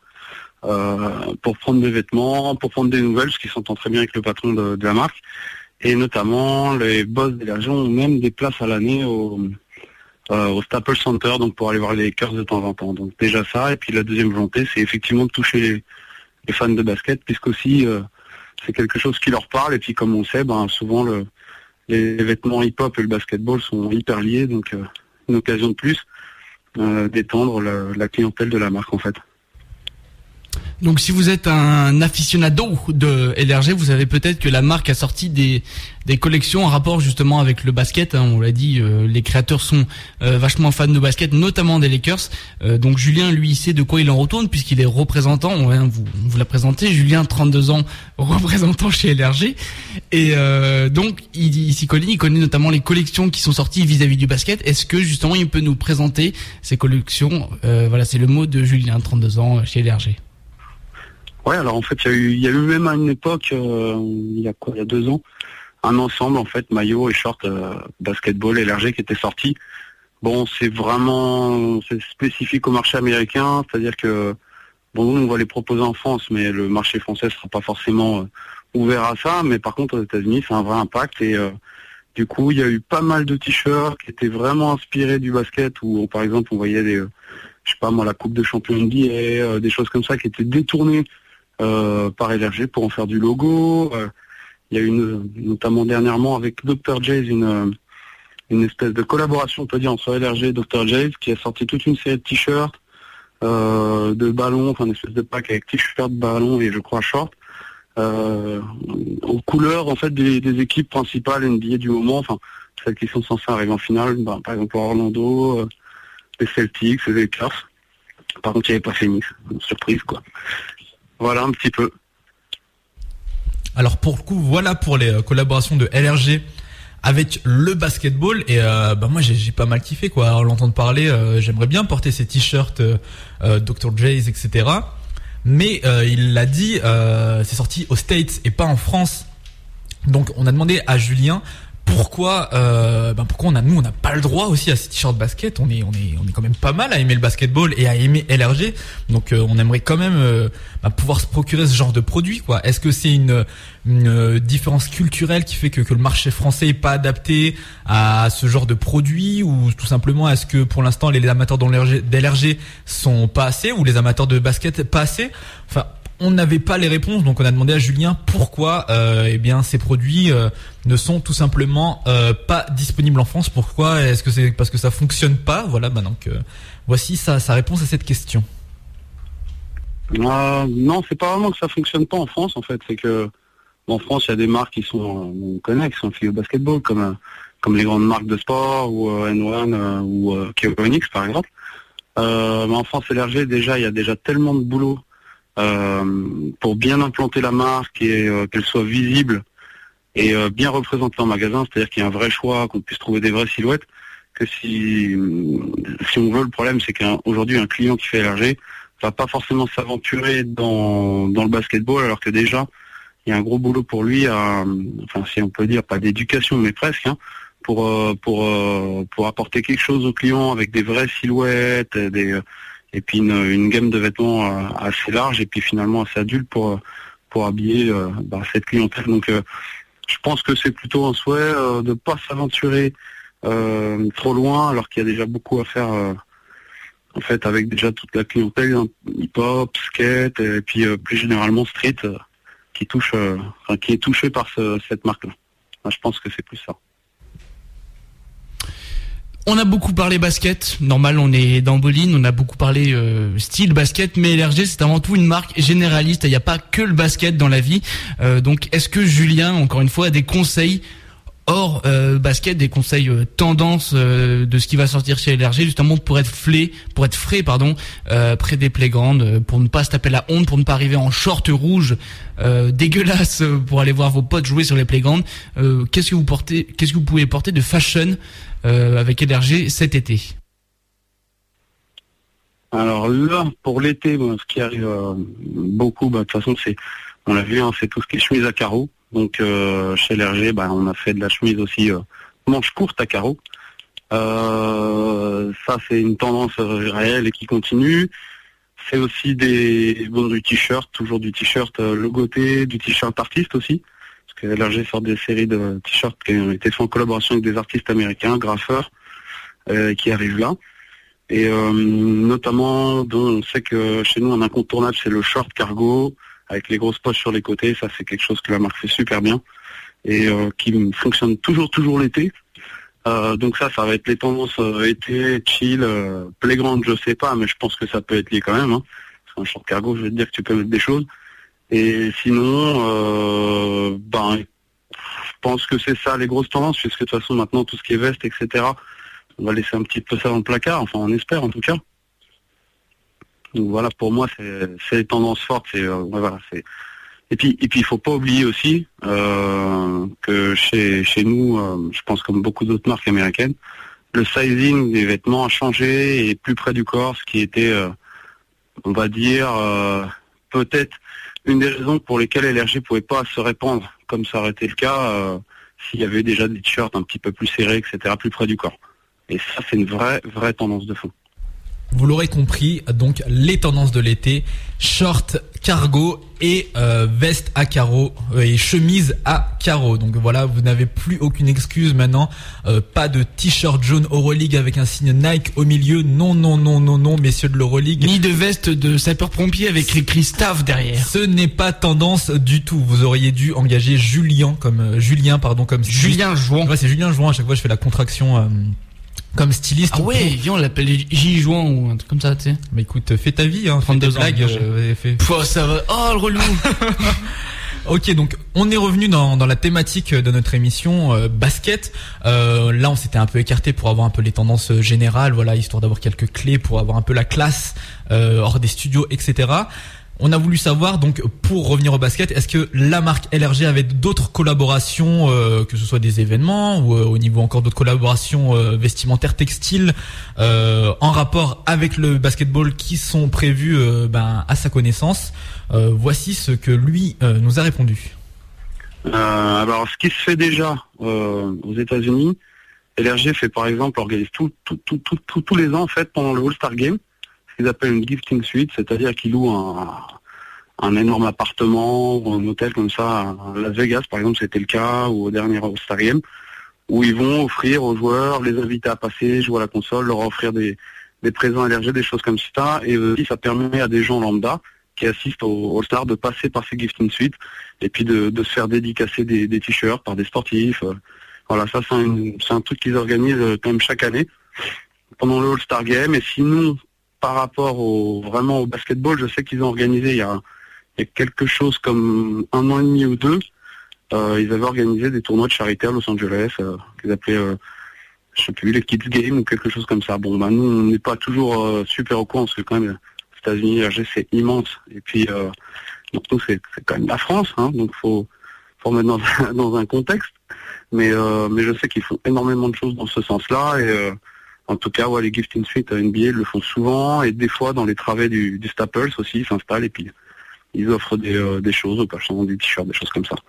prendre des vêtements, pour prendre des nouvelles, parce qu'ils s'entendent très bien avec le patron de la marque. Et notamment les boss d'LRG ont même des places à l'année au Staples Center, donc pour aller voir les Lakers de temps en temps. Donc déjà ça, et puis la deuxième volonté, c'est effectivement de toucher les fans de basket, puisqu'aussi c'est quelque chose qui leur parle, et puis comme on sait, souvent les vêtements hip-hop et le basketball sont hyper liés, donc une occasion de plus d'étendre la clientèle de la marque en fait. Donc si vous êtes un aficionado de LRG, vous savez peut-être que la marque a sorti des collections en rapport justement avec le basket. On l'a dit, les créateurs sont vachement fans de basket, notamment des Lakers. Donc Julien, lui, il sait de quoi il en retourne puisqu'il est représentant. On vient vous l'a présenté. Julien, 32 ans, représentant chez LRG. Et donc il s'y connaît. Il connaît notamment les collections qui sont sorties vis-à-vis du basket. Est-ce que justement il peut nous présenter ces collections? Voilà, c'est le mot de Julien, 32 ans chez LRG. Ouais, alors en fait, il y a eu même à une époque, il y a 2 ans, un ensemble en fait, maillot et short basketball LRG qui était sorti. Bon, c'est spécifique au marché américain, c'est-à-dire que nous on va les proposer en France, mais le marché français sera pas forcément ouvert à ça. Mais par contre aux États-Unis, c'est un vrai impact et du coup, il y a eu pas mal de t-shirts qui étaient vraiment inspirés du basket, où par exemple on voyait je sais pas moi, la Coupe de Champions NBA, des choses comme ça qui étaient détournées par LRG pour en faire du logo. Il y a eu notamment dernièrement avec Dr. J's une espèce de collaboration, on peut dire, entre LRG et Dr. J's, qui a sorti toute une série de t-shirts, de ballons, enfin une espèce de pack avec t-shirts, ballons et je crois shorts, aux couleurs en fait des équipes principales NBA du moment, enfin celles qui sont censées arriver en finale, par exemple Orlando, les Celtics, les Lakers. Par contre il n'y avait pas Phoenix, surprise quoi. Voilà un petit peu. Alors pour le coup, voilà pour les collaborations de LRG avec le basketball et moi j'ai pas mal kiffé quoi, à l'entendre parler. J'aimerais bien porter ces t-shirts Dr. J's, etc. Mais il l'a dit, c'est sorti aux States et pas en France. Donc on a demandé à Julien pourquoi on n'a pas le droit aussi à ces t-shirts basket. On est quand même pas mal à aimer le basketball et à aimer LRG. Donc on aimerait quand même pouvoir se procurer ce genre de produit quoi. Est-ce que c'est une différence culturelle qui fait que le marché français est pas adapté à ce genre de produit, ou tout simplement est-ce que pour l'instant les amateurs d'LRG sont pas assez, ou les amateurs de basket pas assez? Enfin, on n'avait pas les réponses, donc on a demandé à Julien pourquoi ces produits ne sont tout simplement pas disponibles en France. Pourquoi? Est-ce que c'est parce que ça fonctionne pas? Voilà, donc voici sa réponse à cette question. Non, c'est pas vraiment que ça fonctionne pas en France en fait, c'est que en France il y a des marques qui sont, on connaît, qui sont affiliées au basketball, comme les grandes marques de sport ou N1 ou Keonix par exemple. Mais en France LRG déjà il y a déjà tellement de boulot pour bien implanter la marque et qu'elle soit visible et bien représentée en magasin, c'est-à-dire qu'il y a un vrai choix, qu'on puisse trouver des vraies silhouettes, que si on veut, le problème c'est qu'aujourd'hui un client qui fait LRG va pas forcément s'aventurer dans le basketball, alors que déjà il y a un gros boulot pour lui, si on peut dire pas d'éducation mais presque, pour apporter quelque chose au client avec des vraies silhouettes, et puis une gamme de vêtements assez large et puis finalement assez adulte pour habiller cette clientèle. Donc je pense que c'est plutôt un souhait de pas s'aventurer trop loin, alors qu'il y a déjà beaucoup à faire en fait avec déjà toute la clientèle hip-hop, skate et puis plus généralement street qui est touché par cette marque-là. Je pense que c'est plus ça. On a beaucoup parlé basket, normal, on est dans Bolin, on a beaucoup parlé style basket, mais LRG c'est avant tout une marque généraliste, il n'y a pas que le basket dans la vie. Donc est-ce que Julien, encore une fois, a des conseils hors basket, des conseils tendance de ce qui va sortir chez LRG, justement pour être frais, près des playgrounds, pour ne pas se taper la honte, pour ne pas arriver en short rouge dégueulasse pour aller voir vos potes jouer sur les playgrounds. Qu'est-ce que vous pouvez porter de fashion avec LRG cet été? Alors là, pour l'été, ce qui arrive beaucoup, de toute façon, on l'a vu, c'est tout ce qui est chemise à carreaux. Donc chez LRG, on a fait de la chemise aussi manche courte à carreaux. Ça, c'est une tendance réelle et qui continue. C'est aussi du t-shirt, toujours du t-shirt logoté, du t-shirt artiste aussi. Parce que LRG sort des séries de t-shirts qui ont été faits en collaboration avec des artistes américains, graffeurs, qui arrivent là. Et notamment, on sait que chez nous, un incontournable, c'est le short cargo, avec les grosses poches sur les côtés. Ça, c'est quelque chose que la marque fait super bien et qui fonctionne toujours l'été. Donc ça va être les tendances été, chill, playground, je sais pas, mais je pense que ça peut être lié quand même. Parce qu'un short cargo, je vais te dire que tu peux mettre des choses. Et sinon, je pense que c'est ça les grosses tendances, puisque de toute façon maintenant tout ce qui est veste, etc., on va laisser un petit peu ça dans le placard, enfin on espère en tout cas. Donc voilà, pour moi c'est les tendances fortes, Et puis il faut pas oublier aussi que chez nous, je pense comme beaucoup d'autres marques américaines, le sizing des vêtements a changé et est plus près du corps, ce qui était, on va dire, peut-être une des raisons pour lesquelles LRG pouvait pas se répandre, comme ça aurait été le cas s'il y avait déjà des t-shirts un petit peu plus serrés, etc., plus près du corps. Et ça, c'est une vraie tendance de fond. vous l'aurez compris, donc les tendances de l'été, short, cargo et veste à carreaux et chemise à carreaux. Donc voilà, vous n'avez plus aucune excuse maintenant. Pas de t-shirt jaune Euroleague avec un signe Nike au milieu. Non, messieurs de l'Euroleague. Ni de veste de sapeur-pompier avec écrit staff derrière. Ce n'est pas tendance du tout. Vous auriez dû engager Julien comme Julien Jouan. Ouais, c'est Julien Jouan. À chaque fois, je fais la contraction. Comme styliste. Ah ouais, viens, on l'appelle J. Jouan ou un truc comme ça, tu sais. Mais écoute, fais ta vie, hein. 32 fais des blagues. Pouah, ça va. Oh, le relou. Ok, donc on est revenu dans la thématique de notre émission basket. Là, on s'était un peu écarté pour avoir un peu les tendances générales, voilà, histoire d'avoir quelques clés pour avoir un peu la classe hors des studios, etc. On a voulu savoir, donc, pour revenir au basket, est-ce que la marque LRG avait d'autres collaborations, que ce soit des événements ou au niveau encore d'autres collaborations vestimentaires, textiles, en rapport avec le basketball qui sont prévues à sa connaissance. Voici ce que lui nous a répondu. Alors, ce qui se fait déjà aux États-Unis, LRG fait par exemple organise tous les ans en fait pendant le All-Star Game. Qu'ils appellent une gifting suite, c'est-à-dire qu'ils louent un énorme appartement ou un hôtel comme ça à Las Vegas, par exemple, c'était le cas, ou au dernier All-Star Game, où ils vont offrir aux joueurs, les inviter à passer, jouer à la console, leur offrir des présents LRG, des choses comme ça, et aussi ça permet à des gens lambda qui assistent au All-Star de passer par ces gifting suites, et puis de se faire dédicacer des t-shirts par des sportifs. Voilà, ça c'est un truc qu'ils organisent quand même chaque année pendant le All-Star Game, et sinon, par rapport vraiment au basketball, je sais qu'ils ont organisé il y a quelque chose comme 1 an et demi ou 2, ils avaient organisé des tournois de charité à Los Angeles, qu'ils appelaient, je sais plus, les Kids Games ou quelque chose comme ça. Bon, nous, on n'est pas toujours super au courant, parce que quand même, aux États-Unis, RG, c'est immense. Et puis, donc nous, c'est quand même la France, hein, donc faut remettre dans un contexte. Mais je sais qu'ils font énormément de choses dans ce sens-là, et en tout cas, ouais, les gifting suites NBA le font souvent, et des fois dans les travées du Staples aussi, ils s'installent et puis ils offrent des choses aux passants, des t-shirts, des choses comme ça.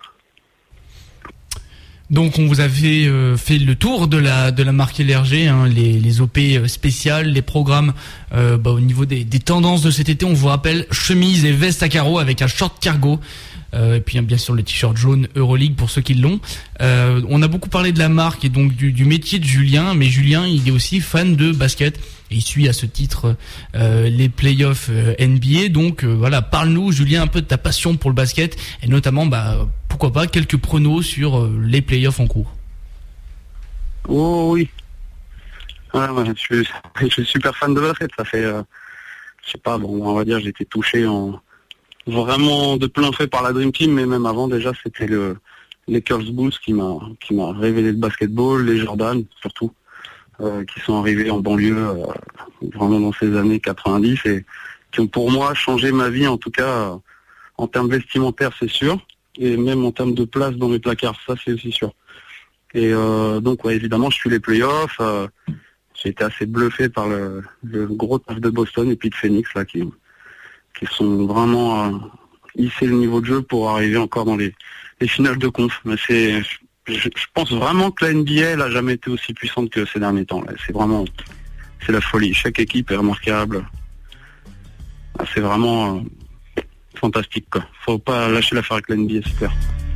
Donc on vous avait fait le tour de la marque LRG, hein, les OP spéciales, les programmes au niveau des tendances de cet été. On vous rappelle chemise et veste à carreaux avec un short cargo. Et puis bien sûr les t-shirts jaunes Euroleague pour ceux qui l'ont. On a beaucoup parlé de la marque et donc du métier de Julien, mais Julien il est aussi fan de basket et il suit à ce titre les playoffs NBA. Donc voilà, parle-nous Julien un peu de ta passion pour le basket et notamment pourquoi pas quelques pronos sur les playoffs en cours. Oh oui. Ouais, je suis super fan de basket. Ça fait je sais pas, on va dire j'ai été touché vraiment de plein fait par la Dream Team, mais même avant déjà c'était les Curls Bulls qui m'a révélé le basketball, les Jordan surtout, qui sont arrivés en banlieue vraiment dans ces années 90 et qui ont pour moi changé ma vie, en tout cas en termes vestimentaires c'est sûr, et même en termes de place dans mes placards, ça c'est aussi sûr. Et donc ouais, évidemment je suis les playoffs, j'ai été assez bluffé par le gros taf de Boston et puis de Phoenix là qui sont vraiment hissé le niveau de jeu pour arriver encore dans les finales de conf. Mais je pense vraiment que la NBA n'a jamais été aussi puissante que ces derniers temps. Là. C'est la folie. Chaque équipe est remarquable. C'est vraiment fantastique, quoi. Faut pas lâcher l'affaire avec la NBA, c'est clair.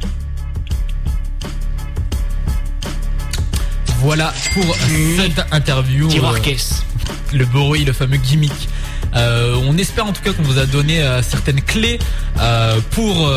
Voilà pour cette interview. Tiroir caisse. Le bruit, le fameux gimmick. On espère en tout cas qu'on vous a donné certaines clés pour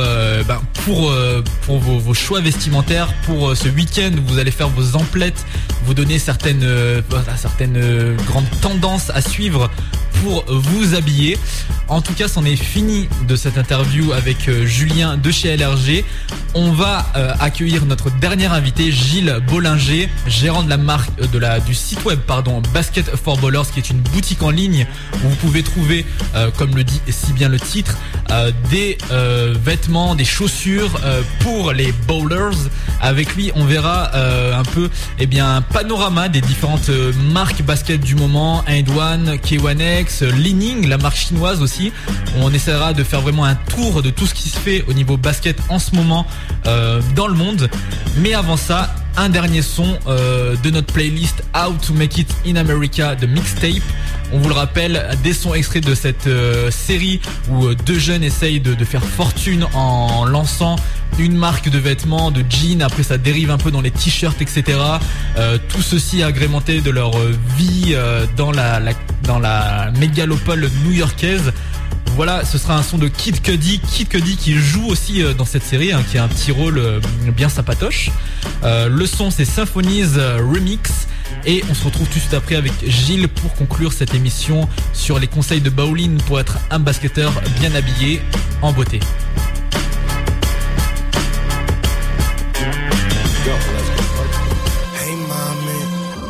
vos choix vestimentaires pour ce week-end où vous allez faire vos emplettes, vous donner certaines grandes tendances à suivre pour vous habiller. En tout cas, c'en est fini de cette interview avec Julien de chez LRG. On va accueillir notre dernier invité, Gilles Bollinger, gérant de la marque du site web Basket for Ballers, qui est une boutique en ligne où vous pouvez trouver, comme le dit si bien le titre, des vêtements, des chaussures pour les bowlers. Avec lui, on verra un peu un panorama des différentes marques basket du moment, And One, K1X, Li-Ning, la marque chinoise aussi. On essaiera de faire vraiment un tour de tout ce qui se fait au niveau basket en ce moment dans le monde. Mais avant ça, un dernier son de notre playlist How to Make It in America de Mixtape. On vous le rappelle, des sons extraits de cette série où deux jeunes essayent de faire fortune en lançant une marque de vêtements, de jeans. Après ça dérive un peu dans les t-shirts, etc. Tout ceci agrémenté de leur vie dans la mégalopole new-yorkaise. Voilà, ce sera un son de Kid Cudi qui joue aussi dans cette série, qui a un petit rôle bien sympatoche. Le son c'est Symphonies Remix. Et on se retrouve tout de suite après avec Gilles pour conclure cette émission sur les conseils de Bowling pour être un basketteur bien habillé, en beauté. Hey mommy.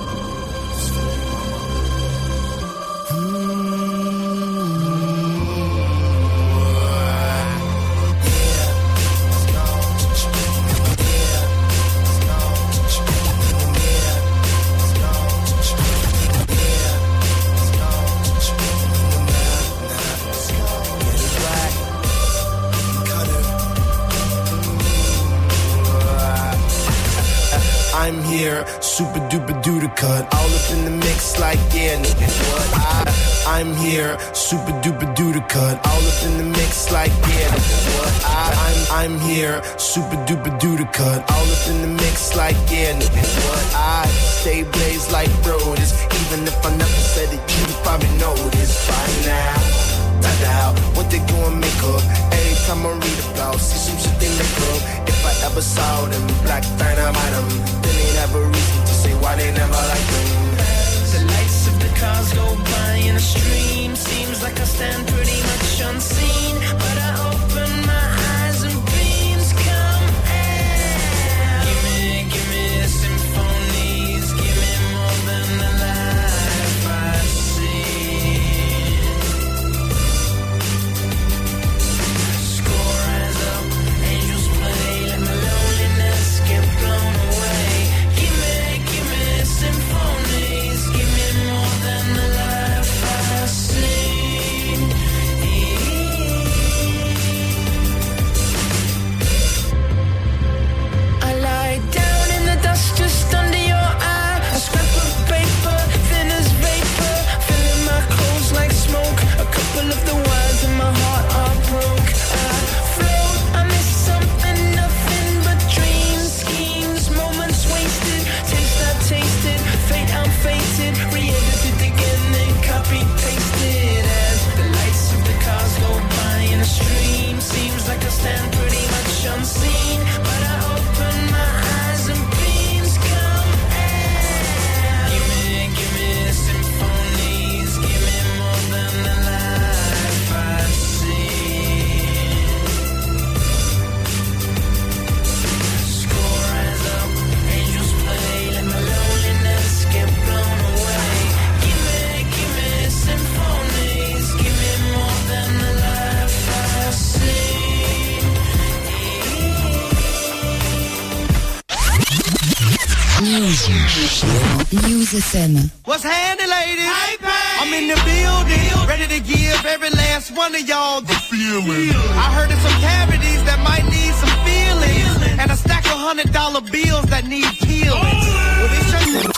I'm here, super duper duper cut, all up in the mix like yeah, nigga, what? I'm here, super duper duper cut, all up in the mix like yeah, nigga, what? I'm here, super duper duper cut, all up in the mix like yeah, nigga, what? I stay blazed like roads, even if I never said it, you probably know this by now. What they gon' make up? Every time I read about, see some shit they make up. If I ever saw them, black dynamite them, then they have a reason to say why they never like them. The lights of the cars go by in a stream. Seems like I stand pretty much unseen, but I open my eyes and beams come out. Give me symphonies, give me more than the life I've seen. Score rise up, angels play, let my loneliness get blown away. Give me symphonies, give me more than the life I've seen. I lie down in the dust just under your eye. A scrap of paper, thin as vapor, filling my clothes like smoke. A couple of the wires in my heart are broke. I float, I miss something, nothing but dreams, schemes, moments wasted. Taste I tasted, fate I'm fated, re-edited again, then copy pasted. As the lights of the cars go by in a stream, seems like I stand pretty much unseen, but I open my eyes and beams come out. Give me symphonies, give me more than the life I've seen. Score rise up, angels play, let my loneliness get blown away. Give me symphonies, give me more than the life I've seen. News FM. What's handy, ladies? I'm in the building, ready to give every last one of y'all the feeling. I heard of some cavities that might need some feelings, and a stack of $100 bills that need peeling. Well, they show you.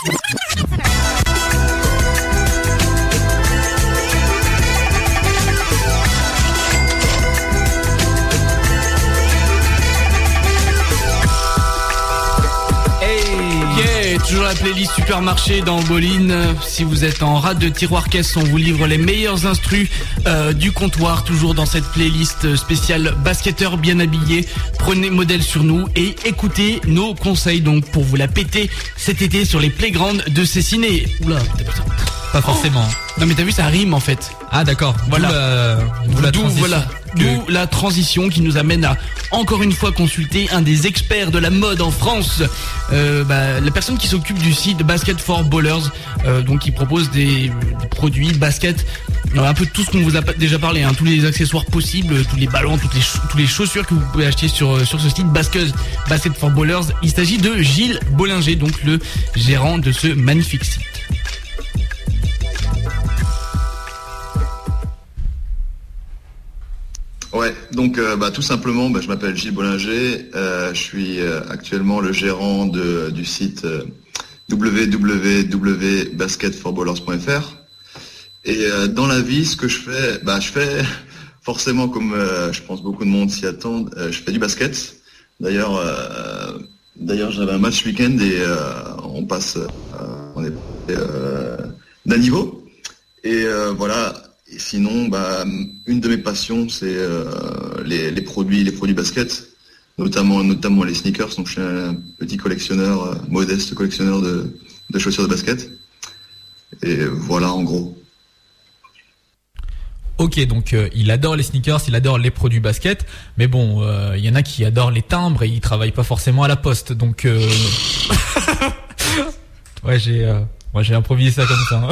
Toujours la playlist Supermarché dans Bowling. Si vous êtes en rate de tiroir caisse, on vous livre les meilleurs instrus du comptoir. Toujours dans cette playlist spéciale basketteur bien habillé. Prenez modèle sur nous et écoutez nos conseils donc pour vous la péter cet été sur les playgrounds de Cessiné. Oula, pas forcément. Non mais t'as vu, ça rime en fait. Ah d'accord. Voilà. D'où la transition qui nous amène à encore une fois consulter un des experts de la mode en France, la personne qui s'occupe du site Basket for Ballers, donc qui propose des produits basket, un peu tout ce qu'on vous a déjà parlé, tous les accessoires possibles, tous les ballons, toutes les chaussures que vous pouvez acheter sur ce site Basket for Ballers. Il s'agit de Gilles Bollinger, donc le gérant de ce magnifique site. Ouais, donc tout simplement, je m'appelle Gilles Bollinger, je suis actuellement le gérant du site www.basketforballers.fr. Et dans la vie, ce que je fais forcément, comme je pense beaucoup de monde s'y attend, je fais du basket. D'ailleurs j'avais un match ce week-end et on est d'un niveau. Et voilà. Et sinon, une de mes passions, c'est les produits basket, notamment les sneakers. Donc je suis un petit collectionneur, modeste collectionneur de chaussures de basket. Et voilà en gros. Ok, donc il adore les sneakers, il adore les produits basket, mais bon, il y en a qui adorent les timbres et ils travaillent pas forcément à la poste, donc ouais, j'ai improvisé ça comme ça.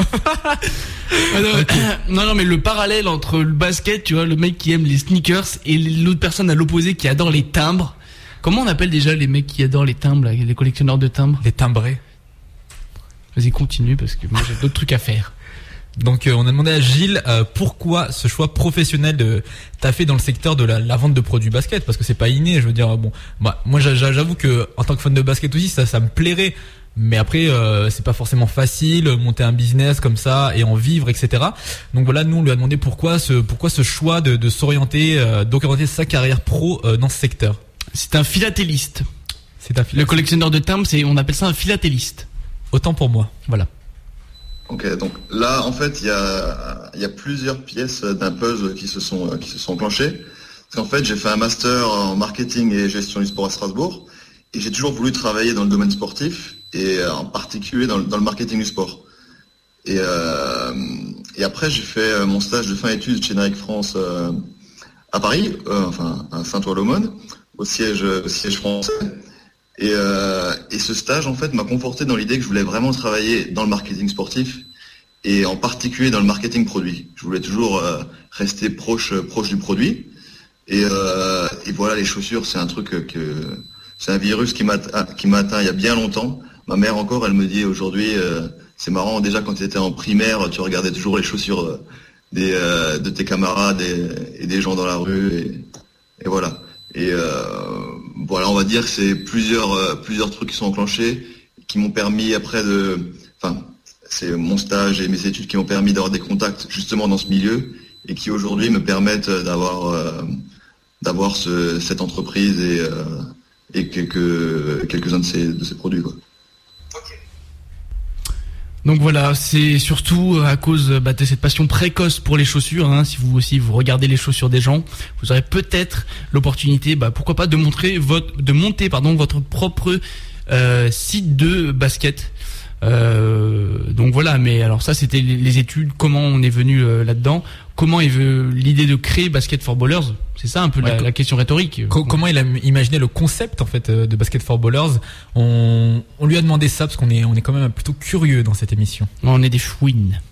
Non, mais le parallèle entre le basket, tu vois, le mec qui aime les sneakers et l'autre personne à l'opposé qui adore les timbres. Comment on appelle déjà les mecs qui adorent les timbres, là, les collectionneurs de timbres? Les timbrés. Vas-y, continue parce que moi j'ai d'autres trucs à faire. Donc on a demandé à Gilles pourquoi ce choix professionnel de taffer dans le secteur de la vente de produits basket, parce que c'est pas inné, je veux dire, moi j'avoue que en tant que fan de basket aussi ça me plairait, mais après c'est pas forcément facile monter un business comme ça et en vivre, etc. Donc voilà, nous on lui a demandé pourquoi ce choix de s'orienter, d'orienter sa carrière pro dans ce secteur. C'est un philatéliste. Le collectionneur de timbres, on appelle ça un philatéliste. Autant pour moi, voilà. Ok, donc là, en fait, il y a plusieurs pièces d'un puzzle qui se sont enclenchées. Parce qu'en fait, j'ai fait un master en marketing et gestion du sport à Strasbourg, et j'ai toujours voulu travailler dans le domaine sportif, et en particulier dans le marketing du sport. Et après, j'ai fait mon stage de fin d'études chez Nike France à Paris, à Saint-Ouen-l'Aumône, au siège français. Et ce stage, en fait, m'a conforté dans l'idée que je voulais vraiment travailler dans le marketing sportif et en particulier dans le marketing produit. Je voulais toujours rester proche du produit. Et voilà, les chaussures, c'est un truc c'est un virus qui m'a atteint il y a bien longtemps. Ma mère encore, elle me dit aujourd'hui, c'est marrant, déjà quand tu étais en primaire, tu regardais toujours les chaussures de tes camarades et des gens dans la rue. Et voilà. Et voilà, on va dire que c'est plusieurs trucs qui sont enclenchés, qui m'ont permis après c'est mon stage et mes études qui m'ont permis d'avoir des contacts justement dans ce milieu et qui aujourd'hui me permettent d'avoir cette entreprise et quelques-uns de ces produits, quoi. Donc voilà, c'est surtout à cause de cette passion précoce pour les chaussures. Si vous aussi vous regardez les chaussures des gens, vous aurez peut-être l'opportunité, pourquoi pas, de monter votre propre site de basket. Donc voilà, mais alors ça c'était les études. Comment on est venu là-dedans? Comment est l'idée de créer Basket for Ballers? C'est ça un peu la question rhétorique. Comment il a imaginé le concept en fait de Basket for Ballers? On lui a demandé ça parce qu'on est quand même plutôt curieux dans cette émission. On est des fouines.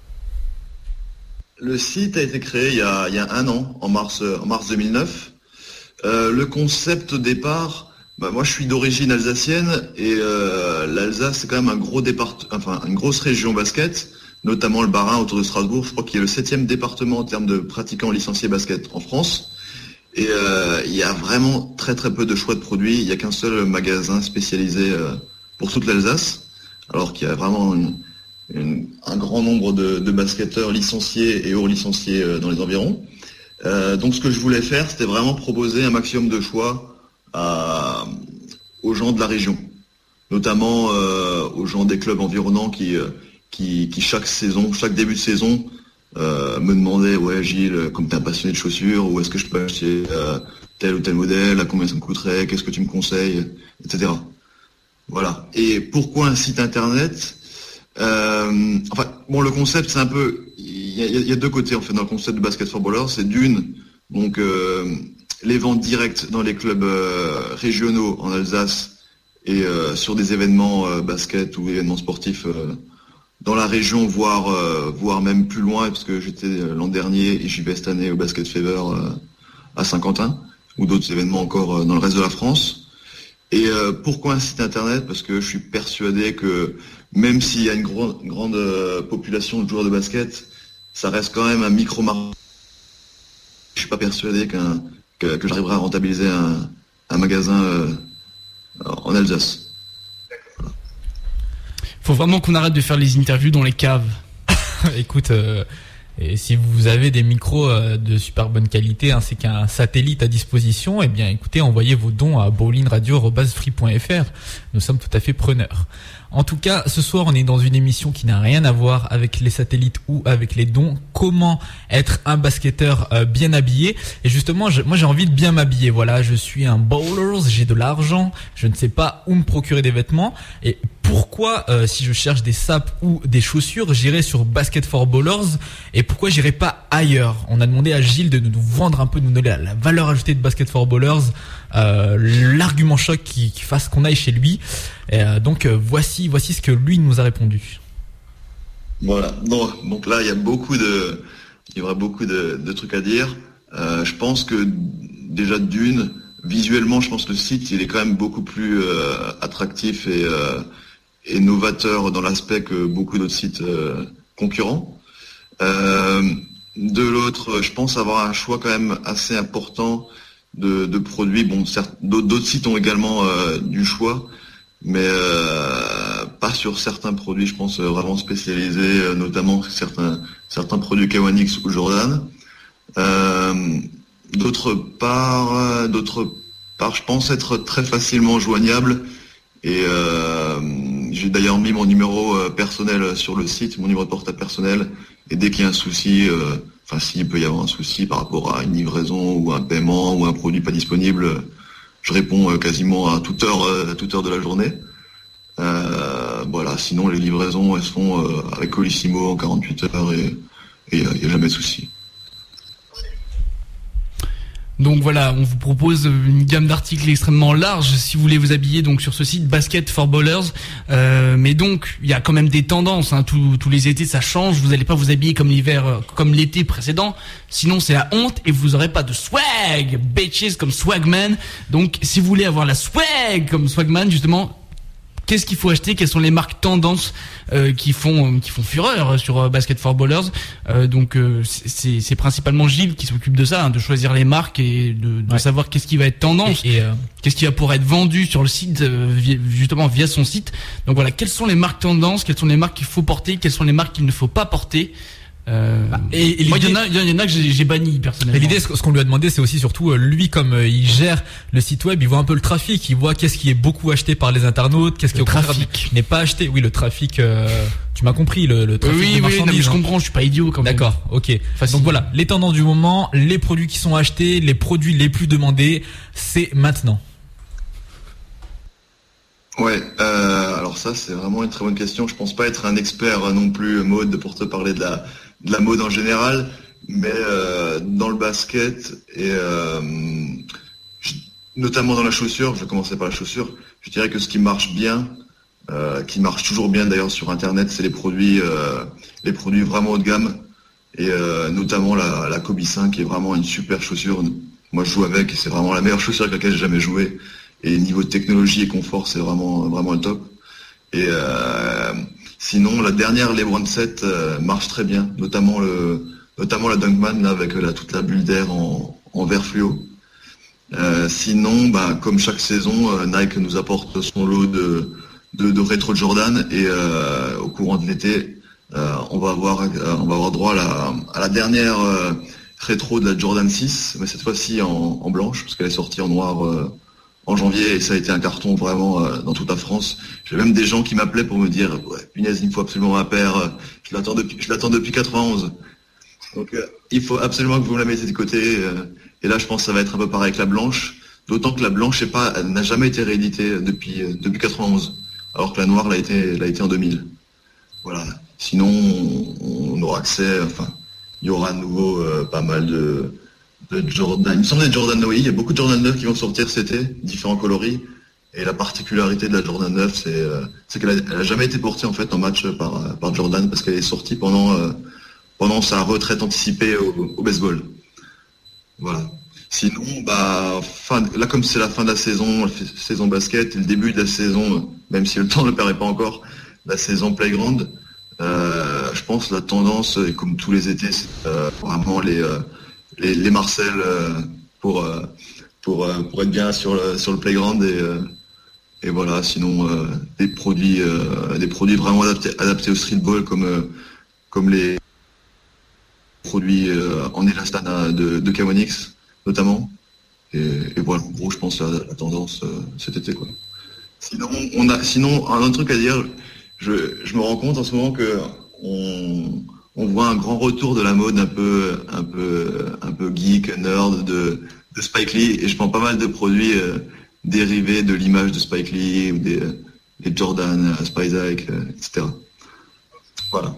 Le site a été créé il y a un an, en mars 2009. Le concept au départ, moi je suis d'origine alsacienne et l'Alsace c'est quand même un gros une grosse région basket, notamment le Bas-Rhin autour de Strasbourg. Je crois qu'il est le 7e département en termes de pratiquants licenciés basket en France. Et il y a vraiment très très peu de choix de produits. Il n'y a qu'un seul magasin spécialisé pour toute l'Alsace, alors qu'il y a vraiment un grand nombre de basketteurs licenciés et hors licenciés dans les environs. Donc ce que je voulais faire, c'était vraiment proposer un maximum de choix aux gens de la région, notamment aux gens des clubs environnants qui chaque début de saison me demandaient: ouais Gilles, comme t'es un passionné de chaussures, où est-ce que je peux acheter tel ou tel modèle, à combien ça me coûterait, qu'est-ce que tu me conseilles, etc. Voilà. Et pourquoi un site internet? Le concept c'est un peu, il y a deux côtés en fait dans le concept de Basket for Ballers. C'est donc les ventes directes dans les clubs régionaux en Alsace et sur des événements basket ou événements sportifs dans la région, voire même plus loin, parce que j'étais l'an dernier et j'y vais cette année au Basket Fever à Saint-Quentin, ou d'autres événements encore dans le reste de la France. Et pourquoi un site internet? Parce que je suis persuadé que même s'il y a une grande population de joueurs de basket, ça reste quand même un micro-marché je suis pas persuadé que j'arriverai à rentabiliser un magasin en Alsace. Faut vraiment qu'on arrête de faire les interviews dans les caves. Écoute, et si vous avez des micros de super bonne qualité ainsi qu'un satellite à disposition, eh bien écoutez, envoyez vos dons à bowlingradio@free.fr. Nous sommes tout à fait preneurs. En tout cas, ce soir, on est dans une émission qui n'a rien à voir avec les satellites ou avec les dons. Comment être un basketteur bien habillé? Et justement, moi j'ai envie de bien m'habiller. Voilà, je suis un bowler, j'ai de l'argent, je ne sais pas où me procurer des vêtements. Et pourquoi, si je cherche des sapes ou des chaussures, j'irai sur Basket for Ballers et pourquoi j'irai pas ailleurs? On a demandé à Gilles de nous vendre un peu, de nous donner la valeur ajoutée de Basket for Ballers, l'argument choc qui fasse qu'on aille chez lui. Et donc voici ce que lui nous a répondu. Voilà. Donc là, il y aura beaucoup de trucs à dire. Je pense que déjà visuellement, je pense que le site il est quand même beaucoup plus attractif et novateur dans l'aspect que beaucoup d'autres sites concurrents. De l'autre, je pense avoir un choix quand même assez important de produits. Bon, certes, d'autres sites ont également du choix, mais pas sur certains produits, je pense vraiment spécialisés, notamment certains produits K1X ou Jordan. D'autre part, je pense être très facilement joignable et j'ai d'ailleurs mis mon numéro personnel sur le site, mon numéro de portable personnel, et dès qu'il y a un souci, s'il peut y avoir un souci par rapport à une livraison ou un paiement ou un produit pas disponible, je réponds quasiment à toute heure de la journée. Voilà, sinon les livraisons elles se font avec Colissimo en 48 heures et il n'y a jamais de souci. Donc voilà, on vous propose une gamme d'articles extrêmement large si vous voulez vous habiller donc sur ce site Basket for Ballers. Mais donc il y a quand même des tendances. Hein. Tous les étés ça change. Vous n'allez pas vous habiller comme l'hiver, comme l'été précédent. Sinon c'est la honte et vous aurez pas de swag, bitches comme Swagman. Donc si vous voulez avoir la swag comme Swagman justement. Qu'est-ce qu'il faut acheter? Quelles sont les marques tendances qui font fureur sur Basket for Ballers? Donc c'est principalement Gilles qui s'occupe de ça, hein, de choisir les marques et de savoir qu'est-ce qui va être tendance, qu'est-ce qui va pouvoir être vendu sur le site justement via son site. Donc voilà, quelles sont les marques tendances, quelles sont les marques qu'il faut porter, quelles sont les marques qu'il ne faut pas porter. Et moi, il y en a que j'ai banni personnellement. Et l'idée, ce qu'on lui a demandé, c'est aussi surtout lui, comme il gère le site web, il voit un peu le trafic, il voit qu'est-ce qui est beaucoup acheté par les internautes, qu'est-ce qui au contraire n'est pas acheté. Oui, le trafic. Tu m'as compris, le trafic de marchandises. Oui, non, mais je comprends, je suis pas idiot quand même. D'accord, ok. Donc voilà, les tendances du moment, les produits qui sont achetés, les produits les plus demandés, c'est maintenant. Ouais, alors ça c'est vraiment une très bonne question. Je pense pas être un expert non plus mode pour te parler de la mode en général, mais dans le basket et notamment dans la chaussure, je vais commencer par la chaussure, je dirais que ce qui marche bien, qui marche toujours bien d'ailleurs sur internet, c'est les produits vraiment haut de gamme et notamment la Kobe 5 qui est vraiment une super chaussure. Moi je joue avec et c'est vraiment la meilleure chaussure avec laquelle j'ai jamais joué. Et niveau de technologie et confort, c'est vraiment le top. Et sinon, la dernière LeBron 7 marche très bien, notamment la Dunkman là, avec toute la bulle d'air en vert fluo. Sinon, comme chaque saison, Nike nous apporte son lot de rétro Jordan et au courant de l'été, on va avoir droit à la dernière rétro de la Jordan 6, mais cette fois-ci en blanche, parce qu'elle est sortie en noir en janvier et ça a été un carton vraiment dans toute la France. J'ai même des gens qui m'appelaient pour me dire punaise, il me faut absolument ma paire, je l'attends depuis 91. Donc il faut absolument que vous me la mettez de côté et là je pense que ça va être un peu pareil avec la blanche, d'autant que la blanche elle n'a jamais été rééditée depuis 91 alors que la noire l'a été en 2000. Voilà. Sinon on aura accès, il y aura à nouveau pas mal de Jordan. Il me semble des Jordan 9, il y a beaucoup de Jordan 9 qui vont sortir cet été, différents coloris. Et la particularité de la Jordan 9, c'est qu'elle a jamais été portée en fait en match par Jordan parce qu'elle est sortie pendant sa retraite anticipée au baseball. Voilà. Sinon, là comme c'est la fin de la saison basket et le début de la saison, même si le temps ne le permet pas encore, la saison playground, je pense la tendance, comme tous les étés, c'est vraiment les Marcel pour être bien sur le playground et voilà. Sinon des produits vraiment adaptés au streetball comme les produits en élastane de K1X notamment. Et voilà, en gros, je pense à la tendance cet été, quoi. Sinon, un autre truc à dire, je me rends compte en ce moment que on voit un grand retour de la mode un peu geek, nerd de Spike Lee, et je prends pas mal de produits dérivés de l'image de Spike Lee ou des Jordan, Spizike, etc. Voilà.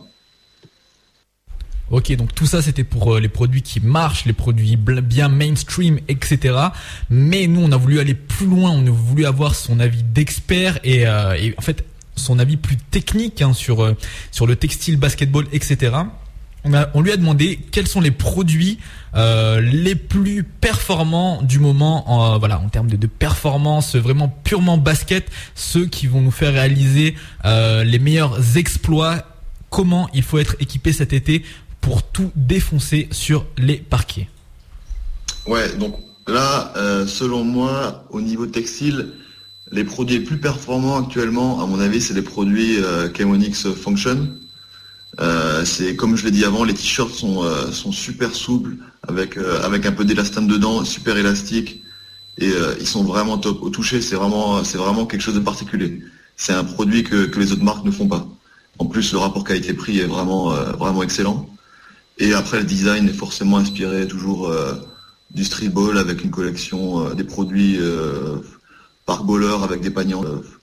Ok, donc tout ça c'était pour les produits qui marchent, les produits bien mainstream, etc. Mais nous on a voulu aller plus loin, on a voulu avoir son avis d'expert et en fait son avis plus technique sur le textile, basketball, etc. On lui a demandé quels sont les produits les plus performants du moment en termes de performance vraiment purement basket, ceux qui vont nous faire réaliser les meilleurs exploits. Comment il faut être équipé cet été pour tout défoncer sur les parquets. Ouais, donc là, selon moi, au niveau textile, les produits les plus performants actuellement, à mon avis, c'est les produits K1X Function. C'est comme je l'ai dit avant, les t-shirts sont super souples, avec un peu d'élastane dedans, super élastiques, et ils sont vraiment top. Au toucher, c'est vraiment quelque chose de particulier. C'est un produit que les autres marques ne font pas. En plus, le rapport qualité-prix est vraiment excellent. Et après, le design est forcément inspiré toujours du streetball avec une collection des produits par bowler avec des paniers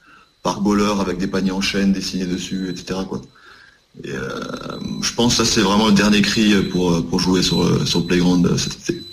en chaîne dessinés dessus, etc. quoi. Et je pense que ça c'est vraiment le dernier cri pour jouer sur le playground cet été.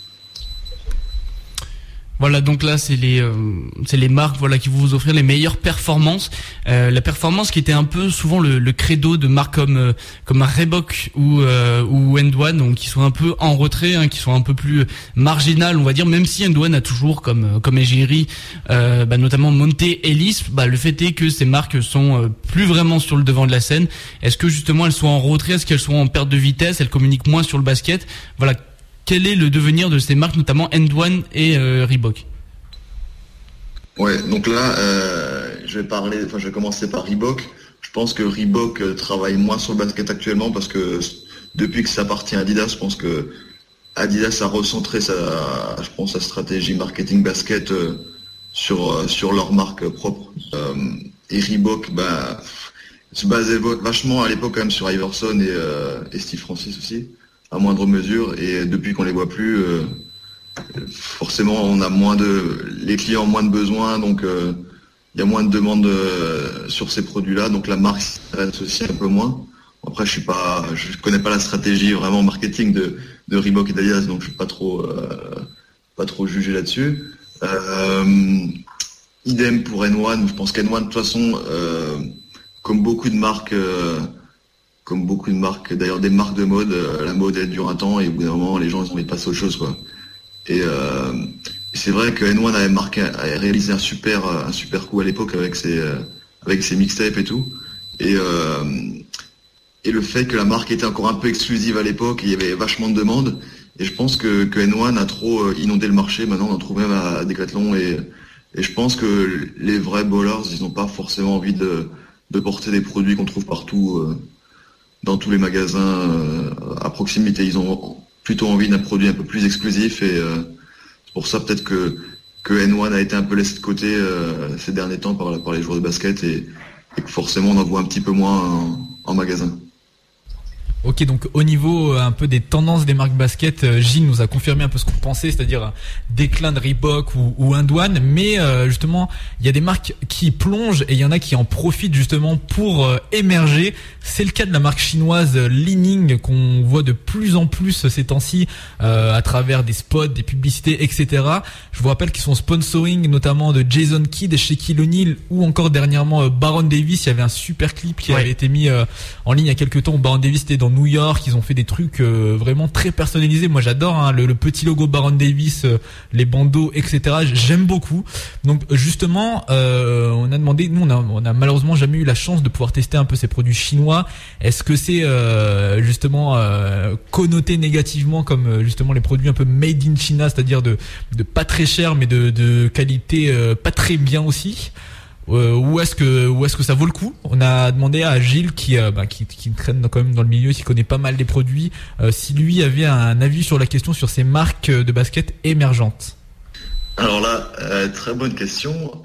Voilà, donc là c'est les marques qui vont vous offrir les meilleures performances. La performance qui était un peu souvent le credo de marques comme Reebok ou N1, donc qui sont un peu en retrait, qui sont un peu plus marginales, on va dire. Même si N1 a toujours comme égérie notamment Monte Ellis, le fait est que ces marques sont plus vraiment sur le devant de la scène. Est-ce que justement elles sont en retrait, est-ce qu'elles sont en perte de vitesse, elles communiquent moins sur le basket? Voilà. Quel est le devenir de ces marques, notamment N1 et Reebok? Ouais, donc là, je vais commencer par Reebok. Je pense que Reebok travaille moins sur le basket actuellement parce que depuis que ça appartient à Adidas, je pense que Adidas a recentré sa stratégie marketing basket sur leur marque propre. Et Reebok, se basait vachement à l'époque quand même sur Iverson et Steve Francis aussi, à moindre mesure, et depuis qu'on les voit plus, forcément les clients ont moins de besoins, donc il y a moins de demandes sur ces produits-là, donc la marque s'intéresse aussi un peu moins. Après, je connais pas la stratégie vraiment marketing de Reebok et d'Adidas, donc je suis pas trop jugé là-dessus. Idem pour N1, je pense qu'N1 de toute façon, comme beaucoup de marques, d'ailleurs des marques de mode, la mode elle dure un temps et au bout d'un moment les gens ils ont envie de passer à autre chose quoi. Et c'est vrai que N1 avait réalisé un super coup à l'époque avec ses mixtapes et tout. Et le fait que la marque était encore un peu exclusive à l'époque, il y avait vachement de demandes. Et je pense que N1 a trop inondé le marché. Maintenant on en trouve même à Decathlon et je pense que les vrais ballers ils n'ont pas forcément envie de porter des produits qu'on trouve partout. Dans tous les magasins à proximité, ils ont plutôt envie d'un produit un peu plus exclusif et c'est pour ça peut-être que N1 a été un peu laissé de côté ces derniers temps par les joueurs de basket et que forcément on en voit un petit peu moins en magasin. Ok, donc au niveau un peu des tendances des marques basket, Gilles nous a confirmé un peu ce qu'on pensait, c'est-à-dire déclin de Reebok ou N1, mais justement il y a des marques qui plongent et il y en a qui en profitent justement pour émerger. C'est le cas de la marque chinoise Li-Ning qu'on voit de plus en plus ces temps-ci à travers des spots, des publicités, etc. Je vous rappelle qu'ils sont sponsoring notamment de Jason Kidd, Shaquille O'Neal ou encore dernièrement Baron Davis. Il y avait un super clip qui avait été mis en ligne il y a quelques temps où Baron Davis était dans New York. Ils ont fait des trucs vraiment très personnalisés. Moi, j'adore hein, le petit logo Baron Davis, les bandeaux, etc. J'aime beaucoup. Donc, justement, on a demandé. Nous, on a malheureusement jamais eu la chance de pouvoir tester un peu ces produits chinois. Est-ce que c'est justement connoté négativement comme justement les produits un peu made in China, c'est-à-dire de pas très cher mais de qualité pas très bien aussi, ou est-ce que ça vaut le coup? On a demandé à Gilles qui traîne quand même dans le milieu, qui connaît pas mal des produits, si lui avait un avis sur la question sur ces marques de basket émergentes. Alors là, très bonne question.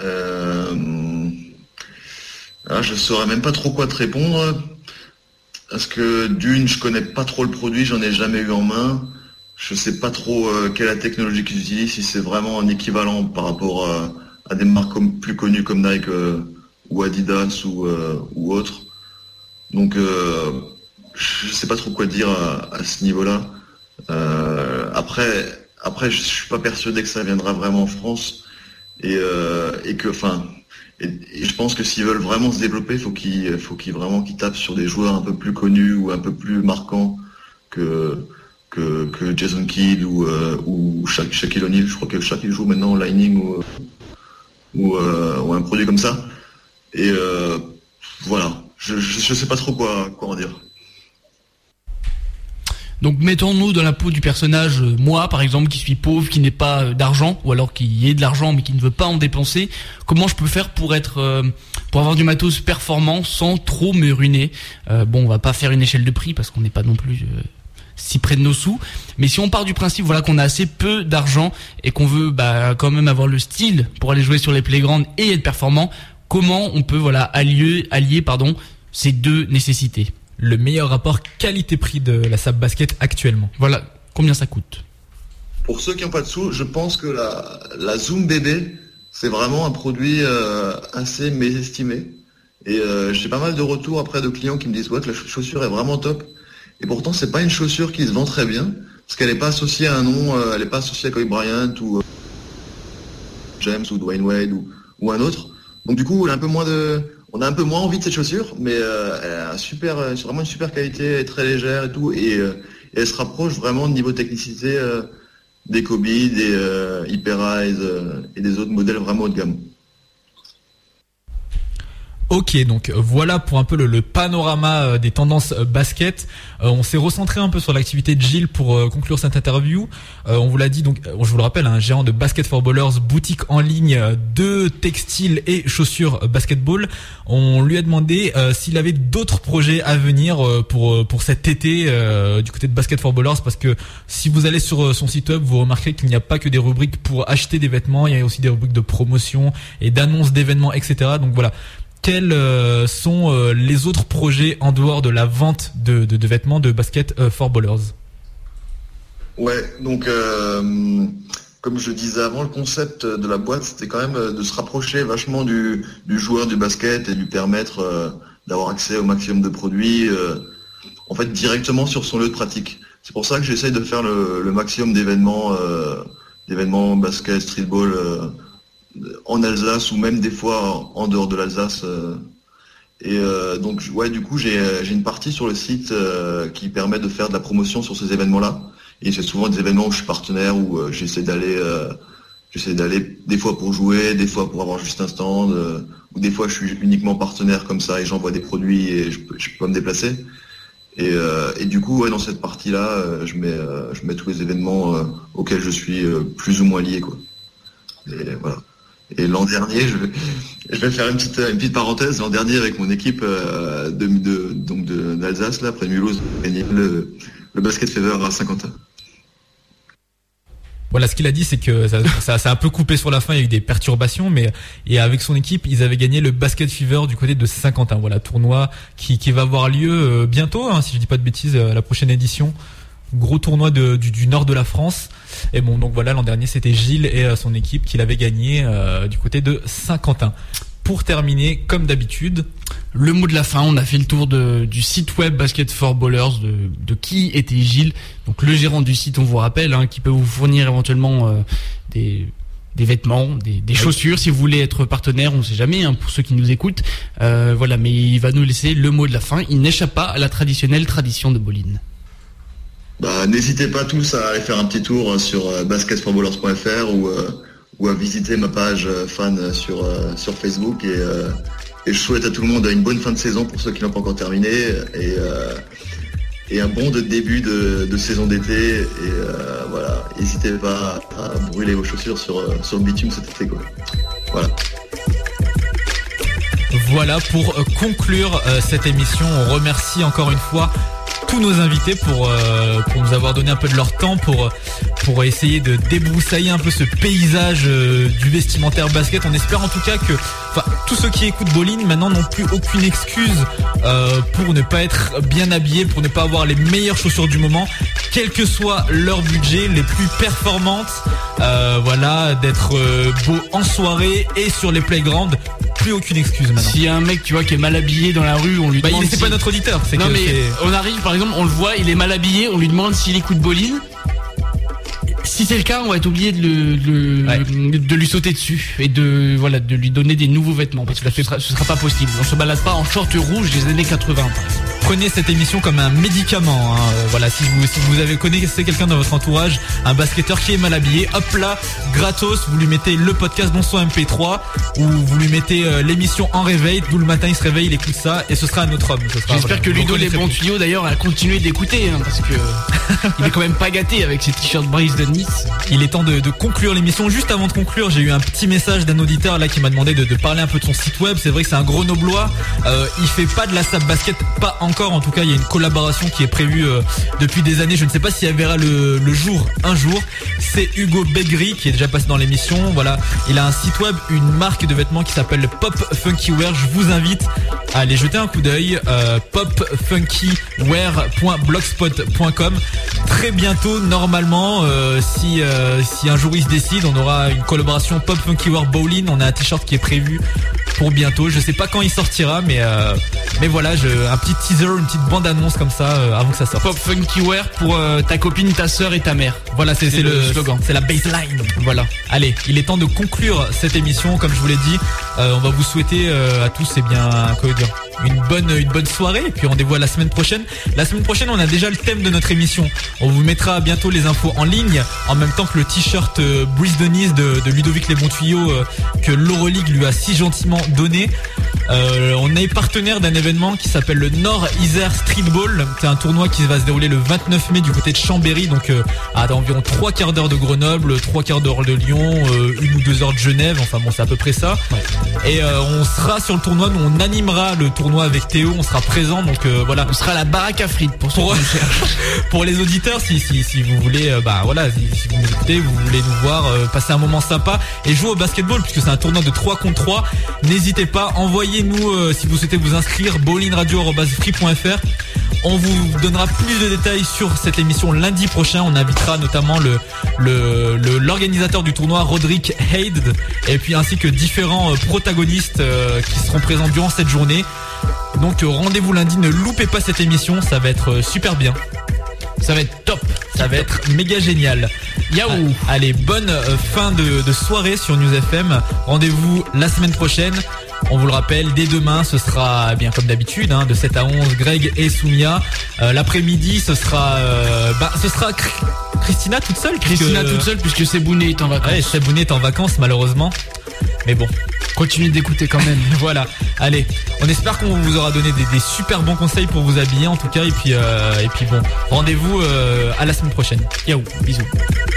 Je saurais même pas trop quoi te répondre. Parce que d'une, je connais pas trop le produit, j'en ai jamais eu en main. Je sais pas trop quelle est la technologie qu'ils utilisent, si c'est vraiment un équivalent par rapport à des marques plus connues comme Nike ou Adidas ou autres. Donc je sais pas trop quoi dire à ce niveau-là. Après, je suis pas persuadé que ça viendra vraiment en France et je pense que s'ils veulent vraiment se développer, il faut qu'ils tapent sur des joueurs un peu plus connus ou un peu plus marquants que Jason Kidd ou Shaquille O'Neal. Je crois que Shaquille joue maintenant en Lightning ou un produit comme ça. Et voilà, je sais pas trop quoi en dire. Donc mettons-nous dans la peau du personnage, moi par exemple qui suis pauvre, qui n'ai pas d'argent, ou alors qui ait de l'argent mais qui ne veut pas en dépenser. Comment je peux faire pour avoir du matos performant sans trop me ruiner? On va pas faire une échelle de prix parce qu'on n'est pas non plus si près de nos sous. Mais si on part du principe qu'on a assez peu d'argent et qu'on veut quand même avoir le style pour aller jouer sur les playgrounds et être performant, comment on peut allier ces deux nécessités? Le meilleur rapport qualité-prix de la SAP Basket actuellement. Voilà, combien ça coûte? Pour ceux qui n'ont pas de sous, je pense que la Zoom BB, c'est vraiment un produit assez mésestimé. Et j'ai pas mal de retours après de clients qui me disent que la chaussure est vraiment top. Et pourtant, c'est pas une chaussure qui se vend très bien, parce qu'elle n'est pas associée à un nom, elle n'est pas associée à Kobe Bryant ou James ou Dwayne Wade ou un autre. Donc du coup, on a un peu moins envie de cette chaussure, mais c'est vraiment une super qualité, elle est très légère et tout, et elle se rapproche vraiment de niveau technicité des Kobe, des Hyper Eyes et des autres modèles vraiment haut de gamme. Ok, donc voilà pour un peu le panorama des tendances basket. On s'est recentré un peu sur l'activité de Gilles pour conclure cette interview. On vous l'a dit, donc je vous le rappelle, un gérant de Basket for Ballers, boutique en ligne de textiles et chaussures basketball. On lui a demandé s'il avait d'autres projets à venir pour cet été du côté de Basket for Ballers, parce que si vous allez sur son site web, vous remarquerez qu'il n'y a pas que des rubriques pour acheter des vêtements, il y a aussi des rubriques de promotion et d'annonces d'événements, etc. Donc voilà. Quels sont les autres projets en dehors de la vente de vêtements de Basket for Ballers? Ouais, donc comme je disais avant, le concept de la boîte, c'était quand même de se rapprocher vachement du joueur du basket et lui permettre d'avoir accès au maximum de produits, en fait directement sur son lieu de pratique. C'est pour ça que j'essaye de faire le maximum d'événements basket, streetball, en Alsace ou même des fois en dehors de l'Alsace. Donc ouais, du coup j'ai une partie sur le site qui permet de faire de la promotion sur ces événements-là. Et c'est souvent des événements où je suis partenaire, où j'essaie d'aller des fois pour jouer, des fois pour avoir juste un stand, ou des fois je suis uniquement partenaire comme ça et j'envoie des produits et je peux pas me déplacer. Et du coup ouais, dans cette partie-là, je mets tous les événements auxquels je suis plus ou moins lié, quoi. Et voilà. Et l'an dernier, je vais faire une petite parenthèse. L'an dernier, avec mon équipe d'Alsace, là, près de Mulhouse, j'ai gagné le Basket Fever à Saint-Quentin. Voilà, ce qu'il a dit, c'est que ça a un peu coupé sur la fin, il y a eu des perturbations, et avec son équipe, ils avaient gagné le Basket Fever du côté de Saint-Quentin. Voilà, tournoi qui va avoir lieu bientôt, si je dis pas de bêtises, la prochaine édition. Gros tournoi du nord de la France. Et bon, donc voilà, l'an dernier c'était Gilles et son équipe qui l'avaient gagné du côté de Saint-Quentin. Pour terminer, comme d'habitude, le mot de la fin. On a fait le tour du site web Basket for Ballers, de qui était Gilles, donc le gérant du site, on vous rappelle, qui peut vous fournir éventuellement des vêtements, des chaussures. Si vous voulez être partenaire, on ne sait jamais, hein, pour ceux qui nous écoutent. Voilà, mais il va nous laisser le mot de la fin. Il n'échappe pas à la traditionnelle tradition de Bolin. N'hésitez pas tous à aller faire un petit tour sur basketforballers.fr ou à visiter ma page fan sur Facebook et je souhaite à tout le monde une bonne fin de saison pour ceux qui n'ont pas encore terminé et un bon début de saison d'été et voilà, n'hésitez pas à brûler vos chaussures sur le bitume cet été quoi. Voilà pour conclure cette émission. On remercie encore une fois tous nos invités pour nous avoir donné un peu de leur temps pour essayer de débroussailler un peu ce paysage du vestimentaire basket. On espère en tout cas que tous ceux qui écoutent Bolin maintenant n'ont plus aucune excuse pour ne pas être bien habillés, pour ne pas avoir les meilleures chaussures du moment, quel que soit leur budget, les plus performantes, d'être beau en soirée et sur les playgrounds. Plus aucune excuse maintenant. S'il y a un mec, tu vois, qui est mal habillé dans la rue, on lui demande. C'est pas notre auditeur. On arrive, par exemple, on le voit, il est mal habillé, on lui demande s'il écoute Bolin. Si c'est le cas, on va être obligé de lui sauter dessus et de lui donner des nouveaux vêtements parce que ce sera pas possible. On se balade pas en short rouge des années 80 par exemple. Prenez cette émission comme un médicament, hein. Si vous avez connaissez quelqu'un dans votre entourage, un basketteur qui est mal habillé, hop là, gratos, vous lui mettez le podcast dans son MP3 ou vous lui mettez l'émission en réveil, d'où le matin il se réveille, il écoute ça et ce sera un autre homme. J'espère que Ludo les bons tuyaux d'ailleurs a continué d'écouter, hein, parce que il est quand même pas gâté avec ses t-shirts Brise de Nice. Il est temps de conclure l'émission. Juste avant de conclure, j'ai eu un petit message d'un auditeur là qui m'a demandé de parler un peu de son site web. C'est vrai que c'est un grenoblois, il fait pas de la SAP basket, pas encore. En tout cas, il y a une collaboration qui est prévue depuis des années. Je ne sais pas si elle verra le jour un jour. C'est Hugo Begri qui est déjà passé dans l'émission. Voilà, il a un site web, une marque de vêtements qui s'appelle Pop Funky Wear. Je vous invite à aller jeter un coup d'œil. popfunkywear.blogspot.com. Très bientôt, normalement, si un jour il se décide, on aura une collaboration Pop Funky Wear Bolin. On a un t-shirt qui est prévu pour bientôt. Je sais pas quand il sortira, mais voilà, un petit teaser, une petite bande annonce comme ça avant que ça sorte. Pop Funky Wear pour ta copine, ta sœur et ta mère. Voilà, c'est le slogan, c'est la baseline. Voilà. Allez, il est temps de conclure cette émission. Comme je vous l'ai dit, on va vous souhaiter à tous, une bonne soirée et puis rendez-vous à la semaine prochaine. La semaine prochaine, on a déjà le thème de notre émission. On vous mettra bientôt les infos en ligne en même temps que le t-shirt Brise de Nice de Ludovic Les Bons Tuyaux que l'Euroleague lui a si gentiment donné. On est partenaire d'un événement qui s'appelle le Nord-Isère Streetball. C'est un tournoi qui va se dérouler le 29 mai du côté de Chambéry, donc à environ 3 quarts d'heure de Grenoble, 3 quarts d'heure de Lyon, 1 ou 2 heures de Genève, enfin bon, c'est à peu près ça. Ouais. Et on sera sur le tournoi, nous on animera le tournoi avec Théo, on sera présent, donc voilà. On sera à la baraque à frites pour les auditeurs, si vous voulez, si vous nous écoutez, vous voulez nous voir passer un moment sympa et jouer au basketball, puisque c'est un tournoi de 3 contre 3. N'hésitez pas, envoyez-nous si vous souhaitez vous inscrire, bowlinradio@free.fr. On vous donnera plus de détails sur cette émission lundi prochain. On invitera notamment l'organisateur du tournoi, Roderick Haid, et puis ainsi que différents protagonistes qui seront présents durant cette journée. Donc rendez-vous lundi, ne loupez pas cette émission, ça va être super bien. Ça va être top, ça va être méga génial. Yaou. Allez, bonne fin de soirée sur News FM. Rendez-vous la semaine prochaine. On vous le rappelle, dès demain, ce sera bien comme d'habitude, de 7 à 11, Greg et Soumia. L'après-midi, ce sera Christina toute seule. Puisque Sebouné est en vacances. Ouais, Sebouné est en vacances malheureusement. Mais bon, continuez d'écouter quand même. Voilà. Allez, on espère qu'on vous aura donné des super bons conseils pour vous habiller en tout cas. Et puis bon, rendez-vous à la semaine prochaine. Yaou, bisous.